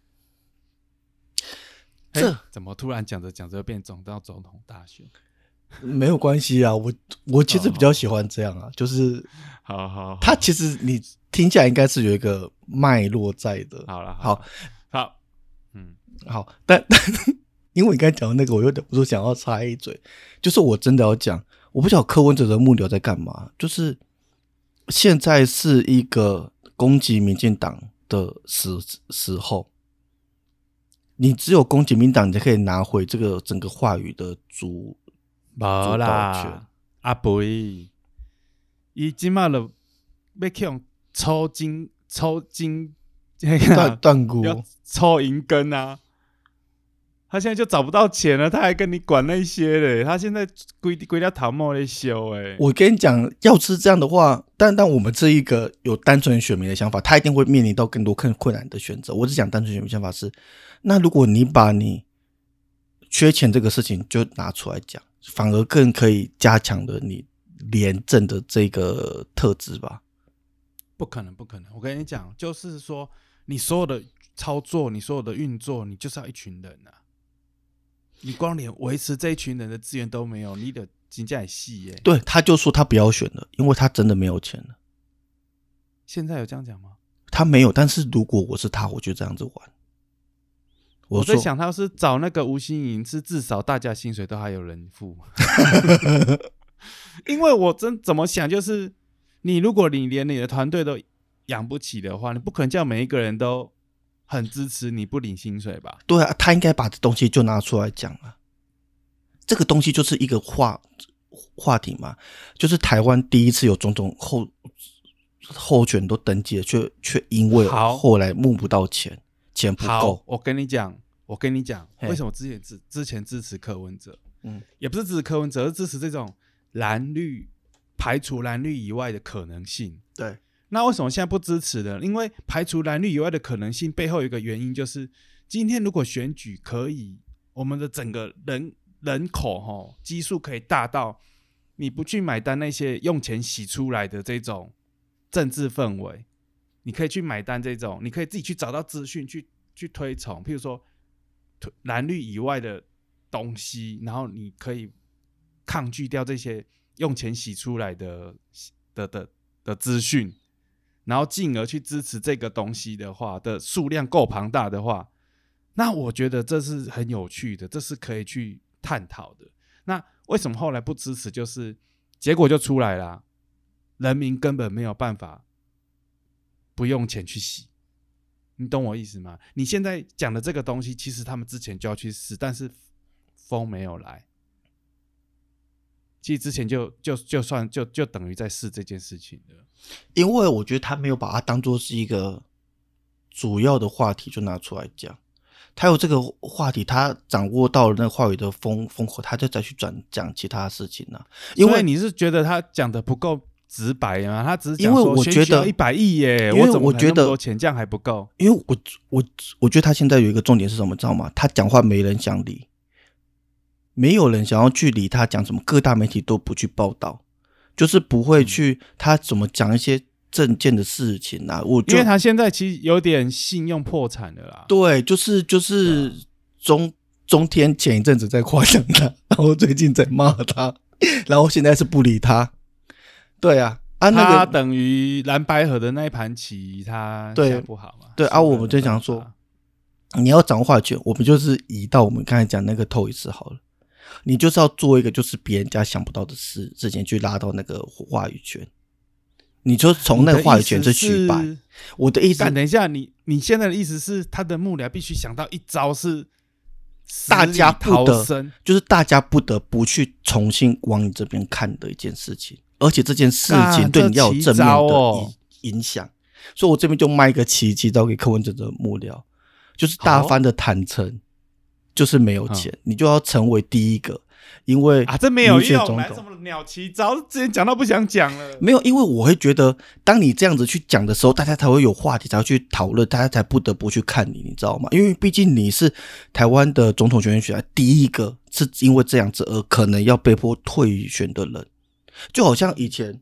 的。怎么突然讲着变走到总统大选？ 没有关系啊，我其实比较喜欢这样啊，就是好， 他其实你听起来应该是有一个脉络在的。好，但因为你刚才讲的那个，我有点不是想要插一嘴，就是我真的要讲，我不晓得柯文哲的幕僚在干嘛，就是现在是一个攻击民进党的时候，你只有攻击民进党，你才可以拿回这个整个话语的主导权。 阿肥，伊今嘛了要去用抽筋断骨， 要抽银根啊！他现在就找不到钱了，他还跟你管那些嘞？他现在规条头毛在修哎！ 我跟你讲，要是这样的话，但我们这一个有单纯选民的想法，他一定会面临到更多更困难的选择。我只讲单纯选民想法是，那如果你把你缺钱这个事情就拿出来讲，反而更可以加强了你廉政的这个特质吧？ 不可能！我跟你讲，就是说，你所有的操作，你所有的运作，你就是要一群人啊！你光连维持这一群人的资源都没有，你的真的很细耶。 对，他就说他不要选了，因为他真的没有钱了。 现在有这样讲吗？ 他没有，但是如果我是他，我就这样子玩。 我在想，他要是找那个吴欣盈，是至少大家薪水都还有人付。因为我怎么想，就是如果你连你的团队都养不起的话，你不可能叫每一个人都很支持你不领薪水吧？ 对啊，他应该把这东西就拿出来讲啊。这个东西就是一个话题嘛，就是台湾第一次有总统候选都登记了，却因为后来募不到钱不够。 好，我跟你讲，为什么之前支持柯文哲？也不是支持柯文哲，而是支持这种排除蓝绿以外的可能性。 对。 那为什么现在不支持呢？因为排除蓝绿以外的可能性背后有一个原因，就是今天如果选举可以，我们的整个人口基数可以大到你不去买单那些用钱洗出来的这种政治氛围，你可以去买单这种，你可以自己去找到资讯去推崇，譬如说蓝绿以外的东西，然后你可以抗拒掉这些用钱洗出来的资讯，然后进而去支持这个东西的话的数量够庞大的话， 那我觉得这是很有趣的，这是可以去探讨的。那为什么后来不支持？就是结果就出来了，人民根本没有办法不用钱去洗，你懂我意思吗？你现在讲的这个东西，其实他们之前就要去试，但是风没有来。其实之前就等于在试这件事情了， 因为我觉得他没有把它当作是一个主要的话题就拿出来讲，他有这个话题，他掌握到了那个话语的风口，他就再去讲其他事情啊。因为你是觉得他讲的不够直白吗？他只是讲说，因为我觉得100亿耶，我怎么可能那么多钱，这样还不够？ 因为我觉得他现在有一个重点是什么，知道吗？他讲话没人想理。没有人想要去理他讲什么，各大媒体都不去报道，就是不会去他怎么讲一些政见的事情啊。因为他现在其实有点信用破产了啦。 对，就是中天前一阵子在夸奖他，然后最近在骂他，然后现在是不理他。对啊， 他等于蓝白合的那一盘棋，他下不好嘛。 对啊，我们就想说，你要掌握话语权，我们就是移到我们刚才讲那个透一次好了。你就是要做一个就是别人家想不到的事情去拉到那个话语权，你就从那个话语权去取败。我的意思， 等一下，你现在的意思是他的幕僚必须想到一招是大家不得，就是大家不得不去重新往你这边看的一件事情，而且这件事情对你要有正面的影响。所以我这边就卖一个奇迹招给柯文哲的幕僚，就是大方的坦诚。就是没有钱，你就要成为第一个，因为这没有用，来什么鸟奇招，之前讲到不想讲了。 没有，因为我会觉得，当你这样子去讲的时候，大家才会有话题，才会去讨论，大家才不得不去看你，你知道吗？因为毕竟你是台湾的总统选举来第一个是因为这样子而可能要被迫退选的人，就好像以前，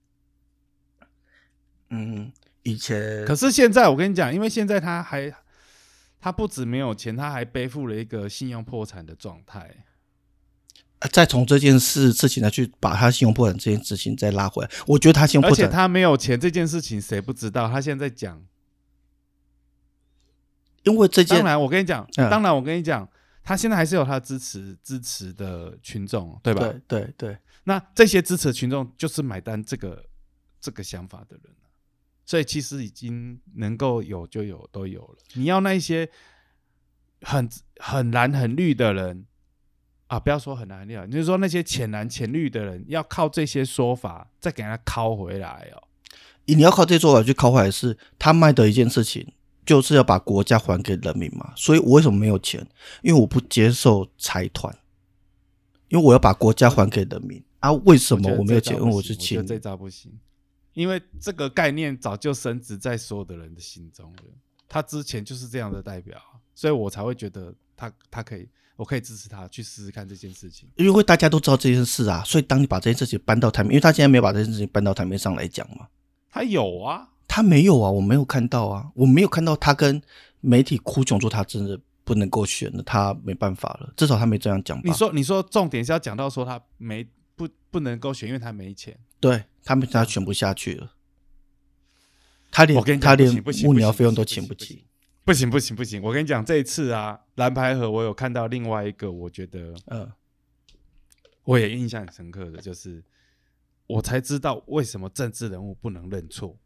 可是现在我跟你讲，因为现在他不止没有钱，他还背负了一个信用破产的状态。 再从这件事情来去把他信用破产这件事情再拉回来，我觉得他信用破产， 而且他没有钱这件事情谁不知道？他现在讲， 因为这件， 当然我跟你讲，他现在还是有他支持的群众，对吧？ 对。 那这些支持的群众就是买单这个想法的人。所以其实已经能够有就有都有了。你要那一些很蓝很绿的人啊，不要说很蓝很绿，你就是说那些浅蓝浅绿的人，要靠这些说法再给他拷回来哦。 你要靠这些说法去拷回来，是他卖的一件事情，就是要把国家还给人民嘛。所以我为什么没有钱？因为我不接受财团，因为我要把国家还给人民啊。为什么我没有钱？因为我是亲。 我觉得这招不行。因为这个概念早就深植在所有的人的心中了，他之前就是这样的代表，所以我才会觉得他可以，我可以支持他去试试看这件事情。 因为大家都知道这件事啊，所以当你把这件事情搬到台面，因为他现在没有把这件事情搬到台面上来讲嘛。 他有啊， 他没有啊，我没有看到啊，我没有看到他跟媒体哭穷说他真的不能够选了，他没办法了，至少他没这样讲吧。 你说重点是要讲到说他不能够选，因为他没钱。 对，他选不下去了，他连幕僚费用都请不起。 不行！我跟你讲，这一次啊，蓝白合我有看到另外一个，我觉得，我也印象很深刻的，就是我才知道为什么政治人物不能认错。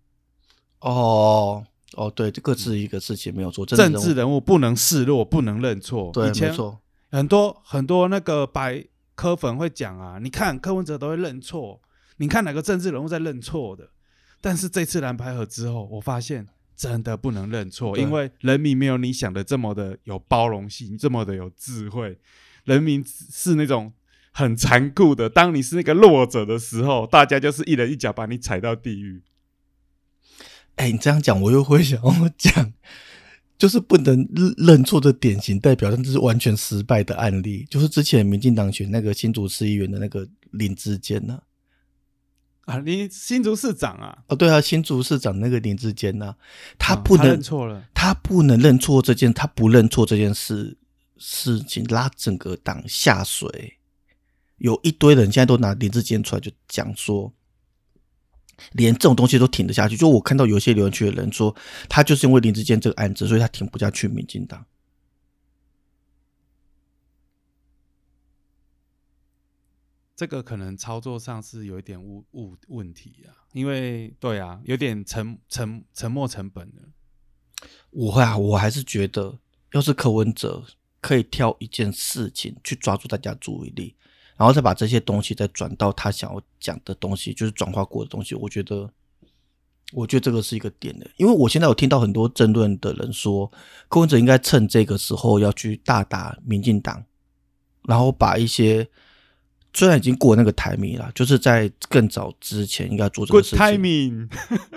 对，这个是一个事情没有错， 政治人物不能示弱，不能认错。 对，没错， 很多那个柯粉会讲啊，你看柯文哲都会认错，你看哪个政治人物在认错的？但是这次蓝白合之后，我发现真的不能认错，因为人民没有你想的这么的有包容性，这么的有智慧。人民是那种很残酷的，当你是那个弱者的时候，大家就是一人一脚把你踩到地狱。 你这样讲，我又会想要讲。就是不能认错的典型代表，但这是完全失败的案例。就是之前民进党选那个新竹市议员的那个林智坚呢， 你新竹市长啊？ 对啊，新竹市长那个林智坚呢，他不能认错了， 他不能认错他不认错这件事情拉整个党下水。有一堆人现在都拿林智坚出来就讲说，连这种东西都挺得下去。就我看到有些留言区的人说，他就是因为林智坚这个案子，所以他挺不下去民进党。 这个可能操作上是有一点问题啊，因为对啊，有点沉没成本了。 我还是觉得，要是柯文哲可以挑一件事情去抓住大家注意力，然后再把这些东西再转到他想要讲的东西，就是转化过的东西，我觉得这个是一个点的。因为我现在有听到很多争论的人说，柯文哲应该趁这个时候要去大打民进党，然后把一些虽然已经过那个timing了，就是在更早之前应该做这个事情。 Good timing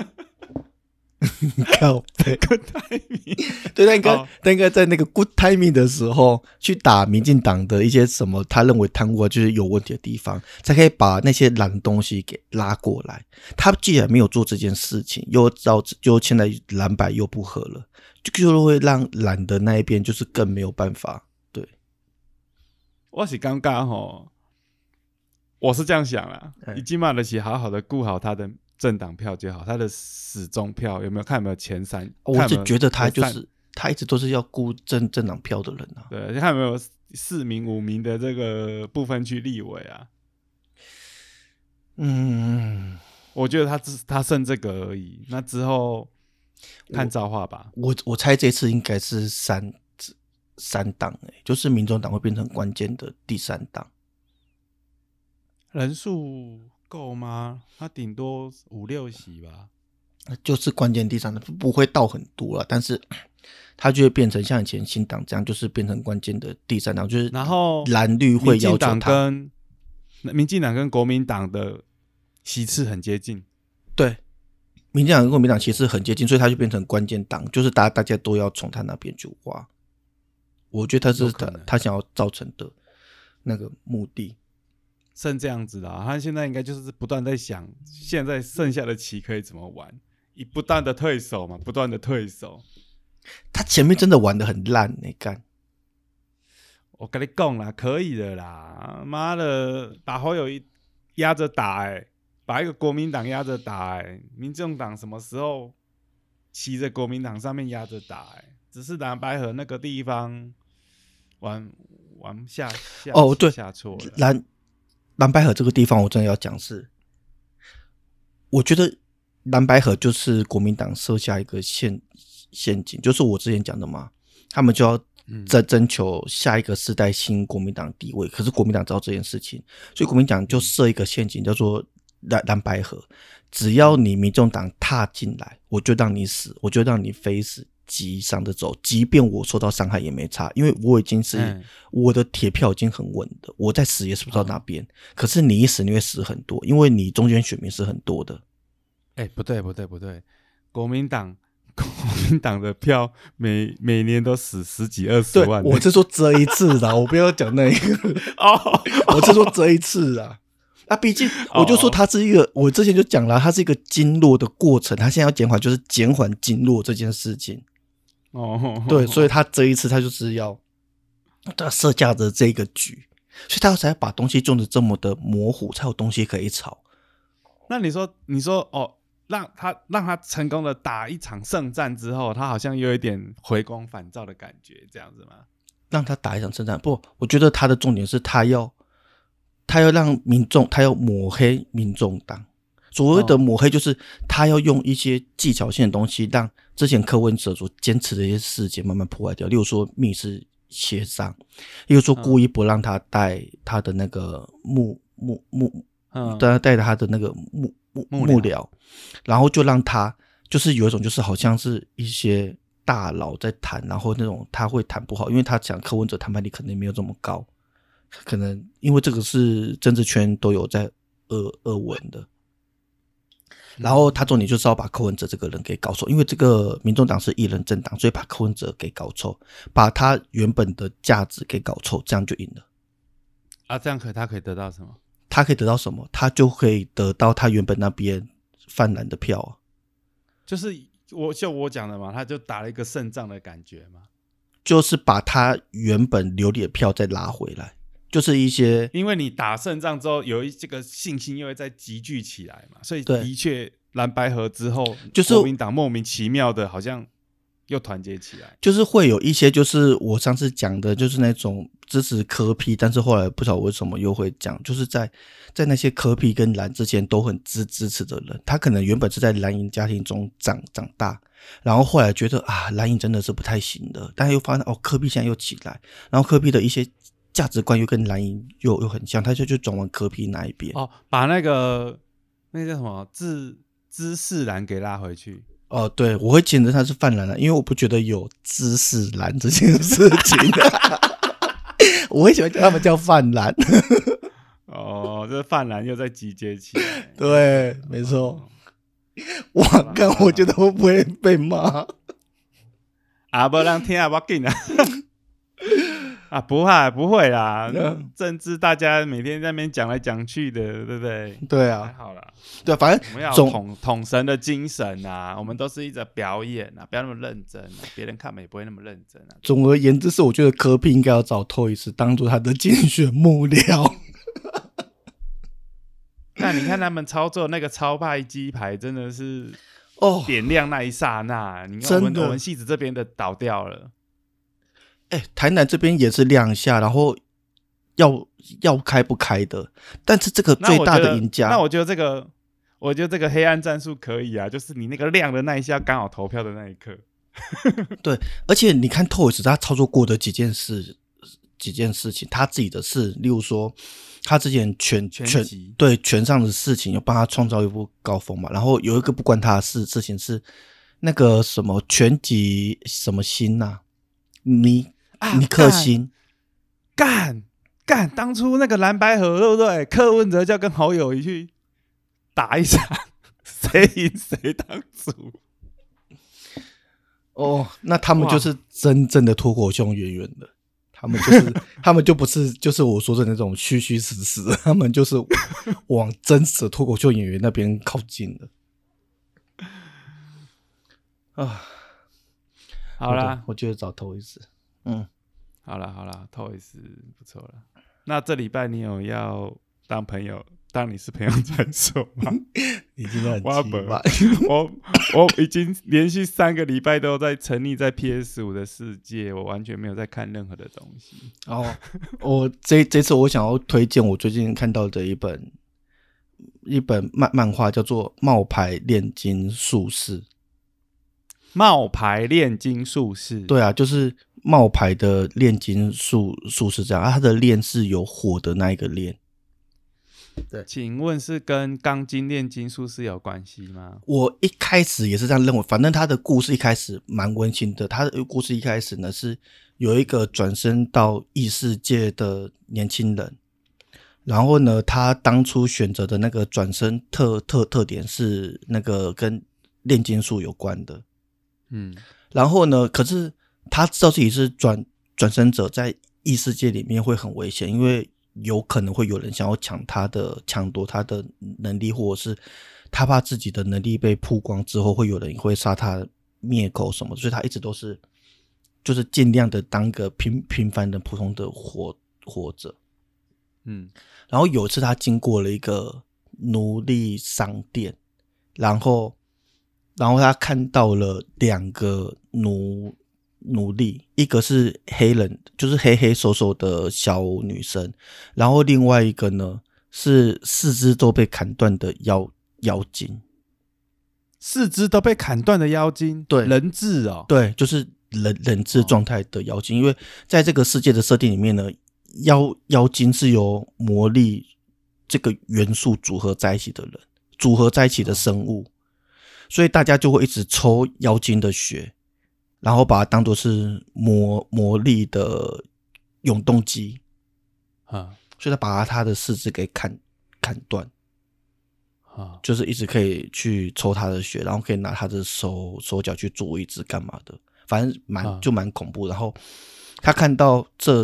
靠北 Good timing 对，他应该在那个 good timing 的时候去打民进党的一些什么他认为贪污就是有问题的地方，才可以把那些蓝的东西给拉过来。他既然没有做这件事情，就现在蓝白又不合了，就会让蓝的那一边就是更没有办法。对， 我是刚刚我是这样想啦，已经嘛的是好好的顾好他的政党票就好，他的死忠票有没有看有没有前三？ 我是觉得他一直都是要顾政党票的人啊。 对，看有没有4名5名的这个不分区立委啊。我觉得他剩这个而已，那之后看造化吧。 我猜这次应该是三党就是民众党会变成关键的第3党。 人数够吗？他顶多5、6席吧， 就是关键第3党，不会到很多了，但是他就会变成像以前新党这样，就是变成关键的第3党，就是然后蓝绿会要求他。 民进党跟国民党的席次很接近， 对，民进党跟国民党其实很接近，所以他就变成关键党，就是大家都要从他那边去挖。我觉得他是他想要造成的那个目的。 剩这样子啦，他现在应该就是不断在想，现在剩下的棋可以怎么玩，不断的退守嘛，不断的退守。 他前面真的玩得很烂干。 我跟你讲啦，可以的啦，妈的，把侯友宜压着打把一个国民党压着打民众党什么时候骑着国民党上面压着打只是蓝白河那个地方玩下错了。 蓝白河这个地方我真的要讲是，我觉得蓝白河就是国民党设下一个陷阱，就是我之前讲的嘛，他们就要在征求下一个世代新国民党地位，可是国民党知道这件事情，所以国民党就设一个陷阱叫做蓝白河，只要你民众党踏进来，我就让你死，我就让你非死即伤的走，即便我受到伤害也没差，因为我已经是我的铁票已经很稳的，我再死也死不到哪边。可是你一死你会死很多，因为你中间选民是很多的。 不对，国民党的票每年都死10几20万。 我是说这一次啦，我不要讲那一个我是说这一次啦。毕竟我就说它是一个我之前就讲了，它是一个经络的过程，它现在要减缓，就是减缓经络这件事情。对，所以他这一次他就是要他设下的这个局，所以他才把东西做得这么的模糊，才有东西可以炒。 那你说让他成功的打一场胜战之后，他好像有一点回光返照的感觉，这样子吗？ 让他打一场胜战，不，我觉得他的重点是他要让他要抹黑民众党。所谓的抹黑就是他要用一些技巧性的东西，让之前柯文哲所坚持的一些事件慢慢破坏掉，例如说密室协商，例如说故意不让他带他的那个带他的那个幕僚，然后就让他就是有一种就是好像是一些大佬在谈，然后那种他会谈不好，因为他讲柯文哲谈判力可能没有这么高，可能因为这个是政治圈都有在耳闻的。然后他重点就是要把柯文哲这个人给搞臭，因为这个民众党是一人政党，所以把柯文哲给搞臭，把他原本的价值给搞臭，这样就赢了。 这样他可以得到什么？ 他可以得到什么？他就可以得到他原本那边泛蓝的票就是我讲的嘛，他就打了一个胜仗的感觉嘛， 就是把他原本流离的票再拉回来。就是一些， 因为你打胜仗之后，这个信心又会再集聚起来嘛，所以的确蓝白合之后，就是国民党莫名其妙的，好像又团结起来。 就是会有一些，就是我上次讲的，就是那种支持柯 P， 但是后来不知道为什么又会讲，就是在那些柯 P 跟蓝之前都很支持的人，他可能原本是在蓝营家庭中长大，然后后来觉得啊蓝营真的是不太行的，但又发现柯 P 现在又起来，然后柯 P 的一些价值观又跟蓝营又很像，他就转往柯 P 那一边。 把那个叫什么知识蓝给拉回去。 对，我会谴责他是泛蓝，因为我不觉得有知识蓝这件事情我会喜欢叫他们叫泛蓝这泛蓝又在集结起来。 对，没错。哇，看我觉得会不会被骂没人听不要紧不会啦，政治大家每天在那边讲来讲去的，对不对？ 对啊， 还好啦。 对，反正我们要有统神的精神啊，我们都是一直表演啊，不要那么认真啊，别人看也不会那么认真啊。 总而言之是，我觉得柯 P 应该要找 Toys 当做他的竞选幕僚。 那你看他们操作那个超派鸡排，真的是点亮那一刹那。你看我们戏子这边的倒掉了。 台南这边也是亮下，然后要开不开的，但是这个最大的赢家， 那我觉得这个黑暗战术可以啊，就是你那个亮的那一下刚好投票的那一刻。 对，而且你看 Toys 他操作过的几件事情，他自己的事，例如说他之前拳上的事情有帮他创造一部高峰嘛，然后有一个不关他的事情是那个什么拳击什么星啊，尼克星干，当初那个蓝白河对不对？柯文哲就要跟侯友宜去打一场，谁赢谁当主。 那他们就是真正的脱口秀演员的，他们就不是就是我说的那种虚实，他们就是往真实的脱口秀演员那边靠近的。 好啦， 我觉得找Toys。 好啦 Toys 不错了。那这礼拜你有要当你是朋友再说吗？ 你真的很奇怪。 我已经连续3个礼拜都在沉溺在 PS5 的世界，我完全没有在看任何的东西。 这次我想要推荐我最近看到的一本漫画，叫做《冒牌炼金术士》。 冒牌炼金术士， 对啊，就是冒牌的炼金术士这样它的炼是有火的那一个炼。 对，请问是跟钢筋炼金术士有关系吗？ 我一开始也是这样认为，反正他的故事一开始蛮温馨的。他的故事一开始呢是有一个转身到异世界的年轻人，然后呢他当初选择的那个转身特点是那个跟炼金术有关的。然后呢可是他知道自己是转身者，在异世界里面会很危险，因为有可能会有人想要抢夺他的能力，或者是他怕自己的能力被曝光之后会有人会杀他灭口什么的，所以他一直都是就是尽量的当个平凡的普通的活着。然后有一次他经过了一个奴隶商店，然后他看到了2个奴隶，一个是黑人，就是黑瘦瘦的小女生，然后另外一个呢是4肢都被砍断的妖精。 4肢都被砍断的妖精？ 对， 人质哦。 对，就是人质状态的妖精。因为在这个世界的设定里面呢，妖精是由魔力这个元素组合在一起的生物，所以大家就会一直抽妖精的血，然后把它当作是魔力的永动机。所以他把他的4肢给砍断，就是一直可以去抽他的血，然后可以拿他的手脚去做一只干嘛的，反正蛮恐怖。然后他看到这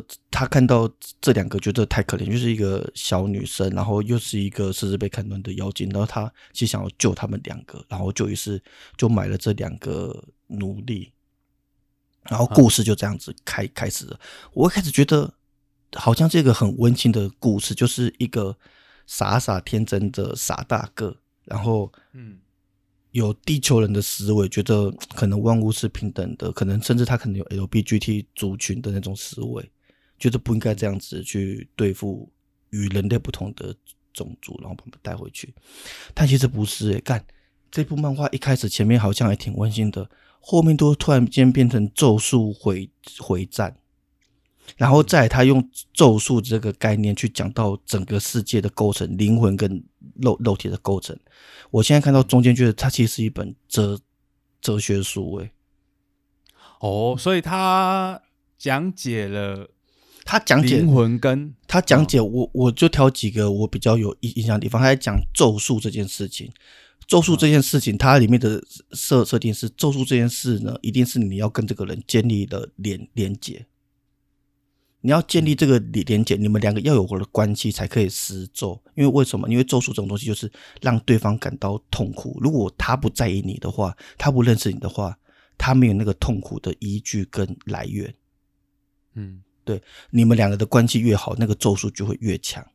2个觉得太可怜，就是一个小女生，然后又是一个4肢被砍断的妖精，然后他其实想要救他们2个，然后于是就买了这2个奴隶，然后故事就这样子开始了。我一开始觉得好像这个很温馨的故事，就是一个傻傻天真的傻大个，然后有地球人的思维，觉得可能万物是平等的，可能甚至他可能有 LGBT 族群的那种思维，觉得不应该这样子去对付与人类不同的种族，然后把他们带回去。但其实不是干这部漫画一开始前面好像还挺温馨的，后面都突然间变成咒术回战，然后再来他用咒术这个概念去讲到整个世界的构成，灵魂跟肉体的构成。我现在看到中间觉得它其实是一本哲学书所以他讲解了， 他讲解灵魂跟他讲解我就挑几个我比较有印象的地方。他在讲咒术这件事情，咒术这件事情它里面的设定是咒术这件事呢，一定是你要跟这个人建立的连结，你要建立这个连结，你们两个要有的关系才可以施咒。因为为什么？因为咒术这种东西就是让对方感到痛苦，如果他不在意你的话，他不认识你的话，他没有那个痛苦的依据跟来源。对，你们两个的关系越好，那个咒术就会越强。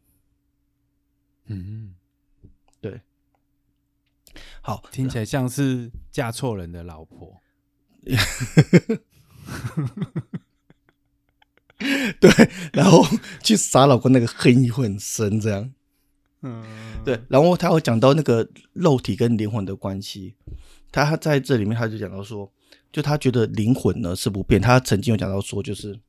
对。好， 听起来像是嫁错人的老婆。 对，然后去杀老公那个恨意会很深，这样。对，然后他有讲到那个肉体跟灵魂的关系，他在这里面他就讲到说，就他觉得灵魂呢是不变。他曾经有讲到说，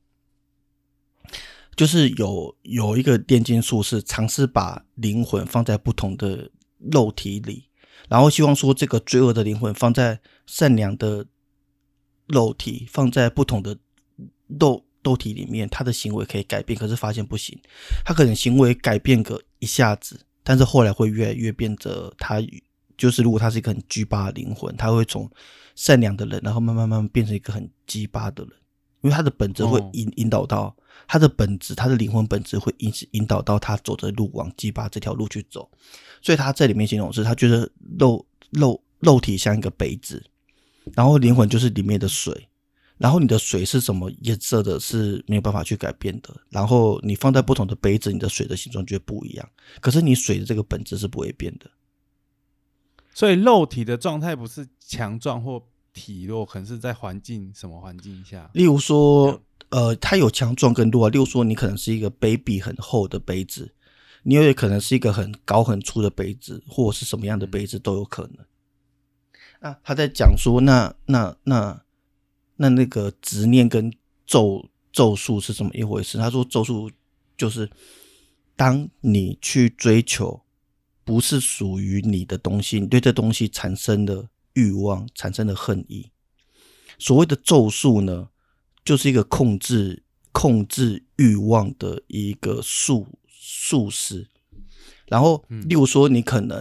就是有一个炼金术士尝试把灵魂放在不同的肉体里，然后希望说这个罪恶的灵魂放在善良的肉体，放在不同的肉体里面，他的行为可以改变。可是发现不行，他可能行为改变个一下子，但是后来会越来越变得他就是如果他是一个很鸡巴的灵魂，他会从善良的人然后慢慢变成一个很鸡巴的人，因为他的本质会引导到他的本质，他的灵魂本质会引导到他走的路往鸡巴这条路去走。所以他在里面形容是他觉得肉体像一个杯子，然后灵魂就是里面的水，然后你的水是什么颜色的是没有办法去改变的，然后你放在不同的杯子，你的水的形状就会不一样，可是你水的这个本质是不会变的。 所以肉体的状态不是强壮或体弱，可能是在什么环境下， 例如说它有强壮跟弱啊，例如说你可能是一个杯壁很厚的杯子，你也可能是一个很高很粗的杯子，或者是什么样的杯子都有可能。他在讲说那个执念跟咒术是怎么一回事。他说咒术就是当你去追求不是属于你的东西，你对这东西产生的欲望，产生的恨意。所谓的咒术呢，就是一个控制欲望的一个术士。然后例如说你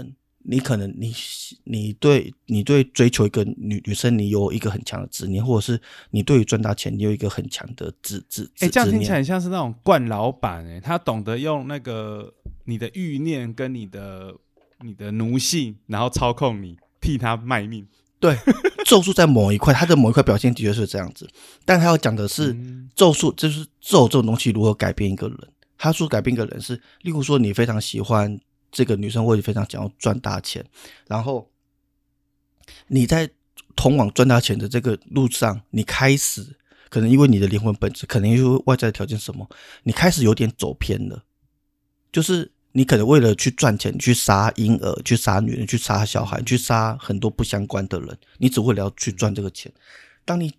对追求一个女生你有一个很强的执念，或者是你对于赚大钱你有一个很强的执念。 这样听起来很像是那种惯老板他懂得用那个你的欲念跟你的奴性，然后操控你，替他卖命。 对，咒术在某一块，他的某一块表现的确是这样子，但他要讲的是咒术，就是咒这种东西如何改变一个人。他说改变一个人是，例如说你非常喜欢这个女生，或者非常想要赚大钱，然后你在通往赚大钱的这个路上，你开始可能因为你的灵魂本质，可能因为外在的条件什么，你开始有点走偏了，就是你可能为了去赚钱，去杀婴儿，去杀女人，去杀小孩，去杀很多不相关的人，你只为了要去赚这个钱。当你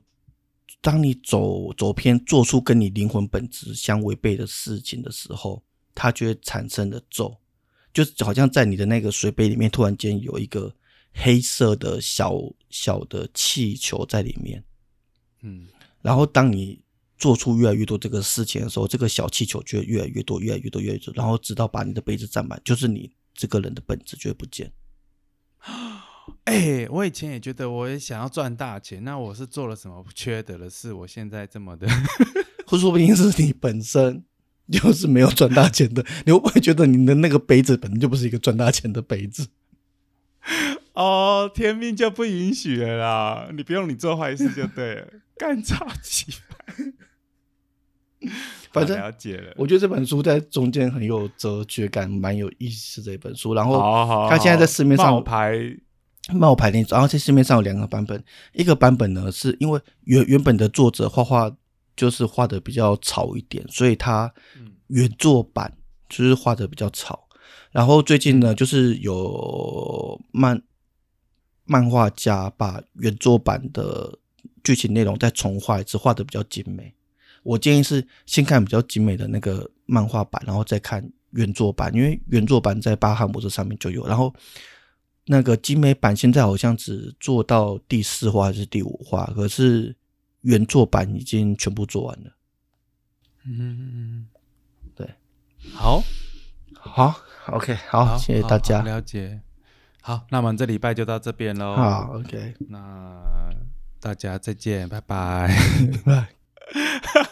走偏，做出跟你灵魂本质相违背的事情的时候，它就会产生的咒，就是好像在你的那个水杯里面突然间有一个黑色的小的气球在里面。然后当你做出越来越多这个事情的时候，这个小气球就会越来越多，然后直到把你的杯子占满，就是你这个人的本质就会不见。 我以前也觉得我也想要赚大钱，那我是做了什么缺德的事，我现在这么的或说不定是你本身就是没有赚大钱的，你会不会觉得你的那个杯子本身就不是一个赚大钱的杯子？ 天命就不允许了啦，你不用你做坏事就对了。干超级反正了解了。 我觉得这本书在中间很有哲学感，蛮有意思的一本书。然后他现在在市面上冒牌冒牌那种，然后在市面上有2个版本，一个版本呢是因为原本的作者画就是画的比较草一点，所以他原作版就是画的比较草。然后最近呢，就是有漫画家把原作版的剧情内容再重画一次，画的比较精美。我建议是先看比较精美的那个漫画版，然后再看原作版，因为原作版在巴哈姆这上面就有，然后那个精美版现在好像只做到第4话还是第5话，可是原作版已经全部做完了。对， 好 OK， 好，谢谢大家， 了解。好，那我们这礼拜就到这边咯。 好 OK， 那大家再见，拜拜。 拜。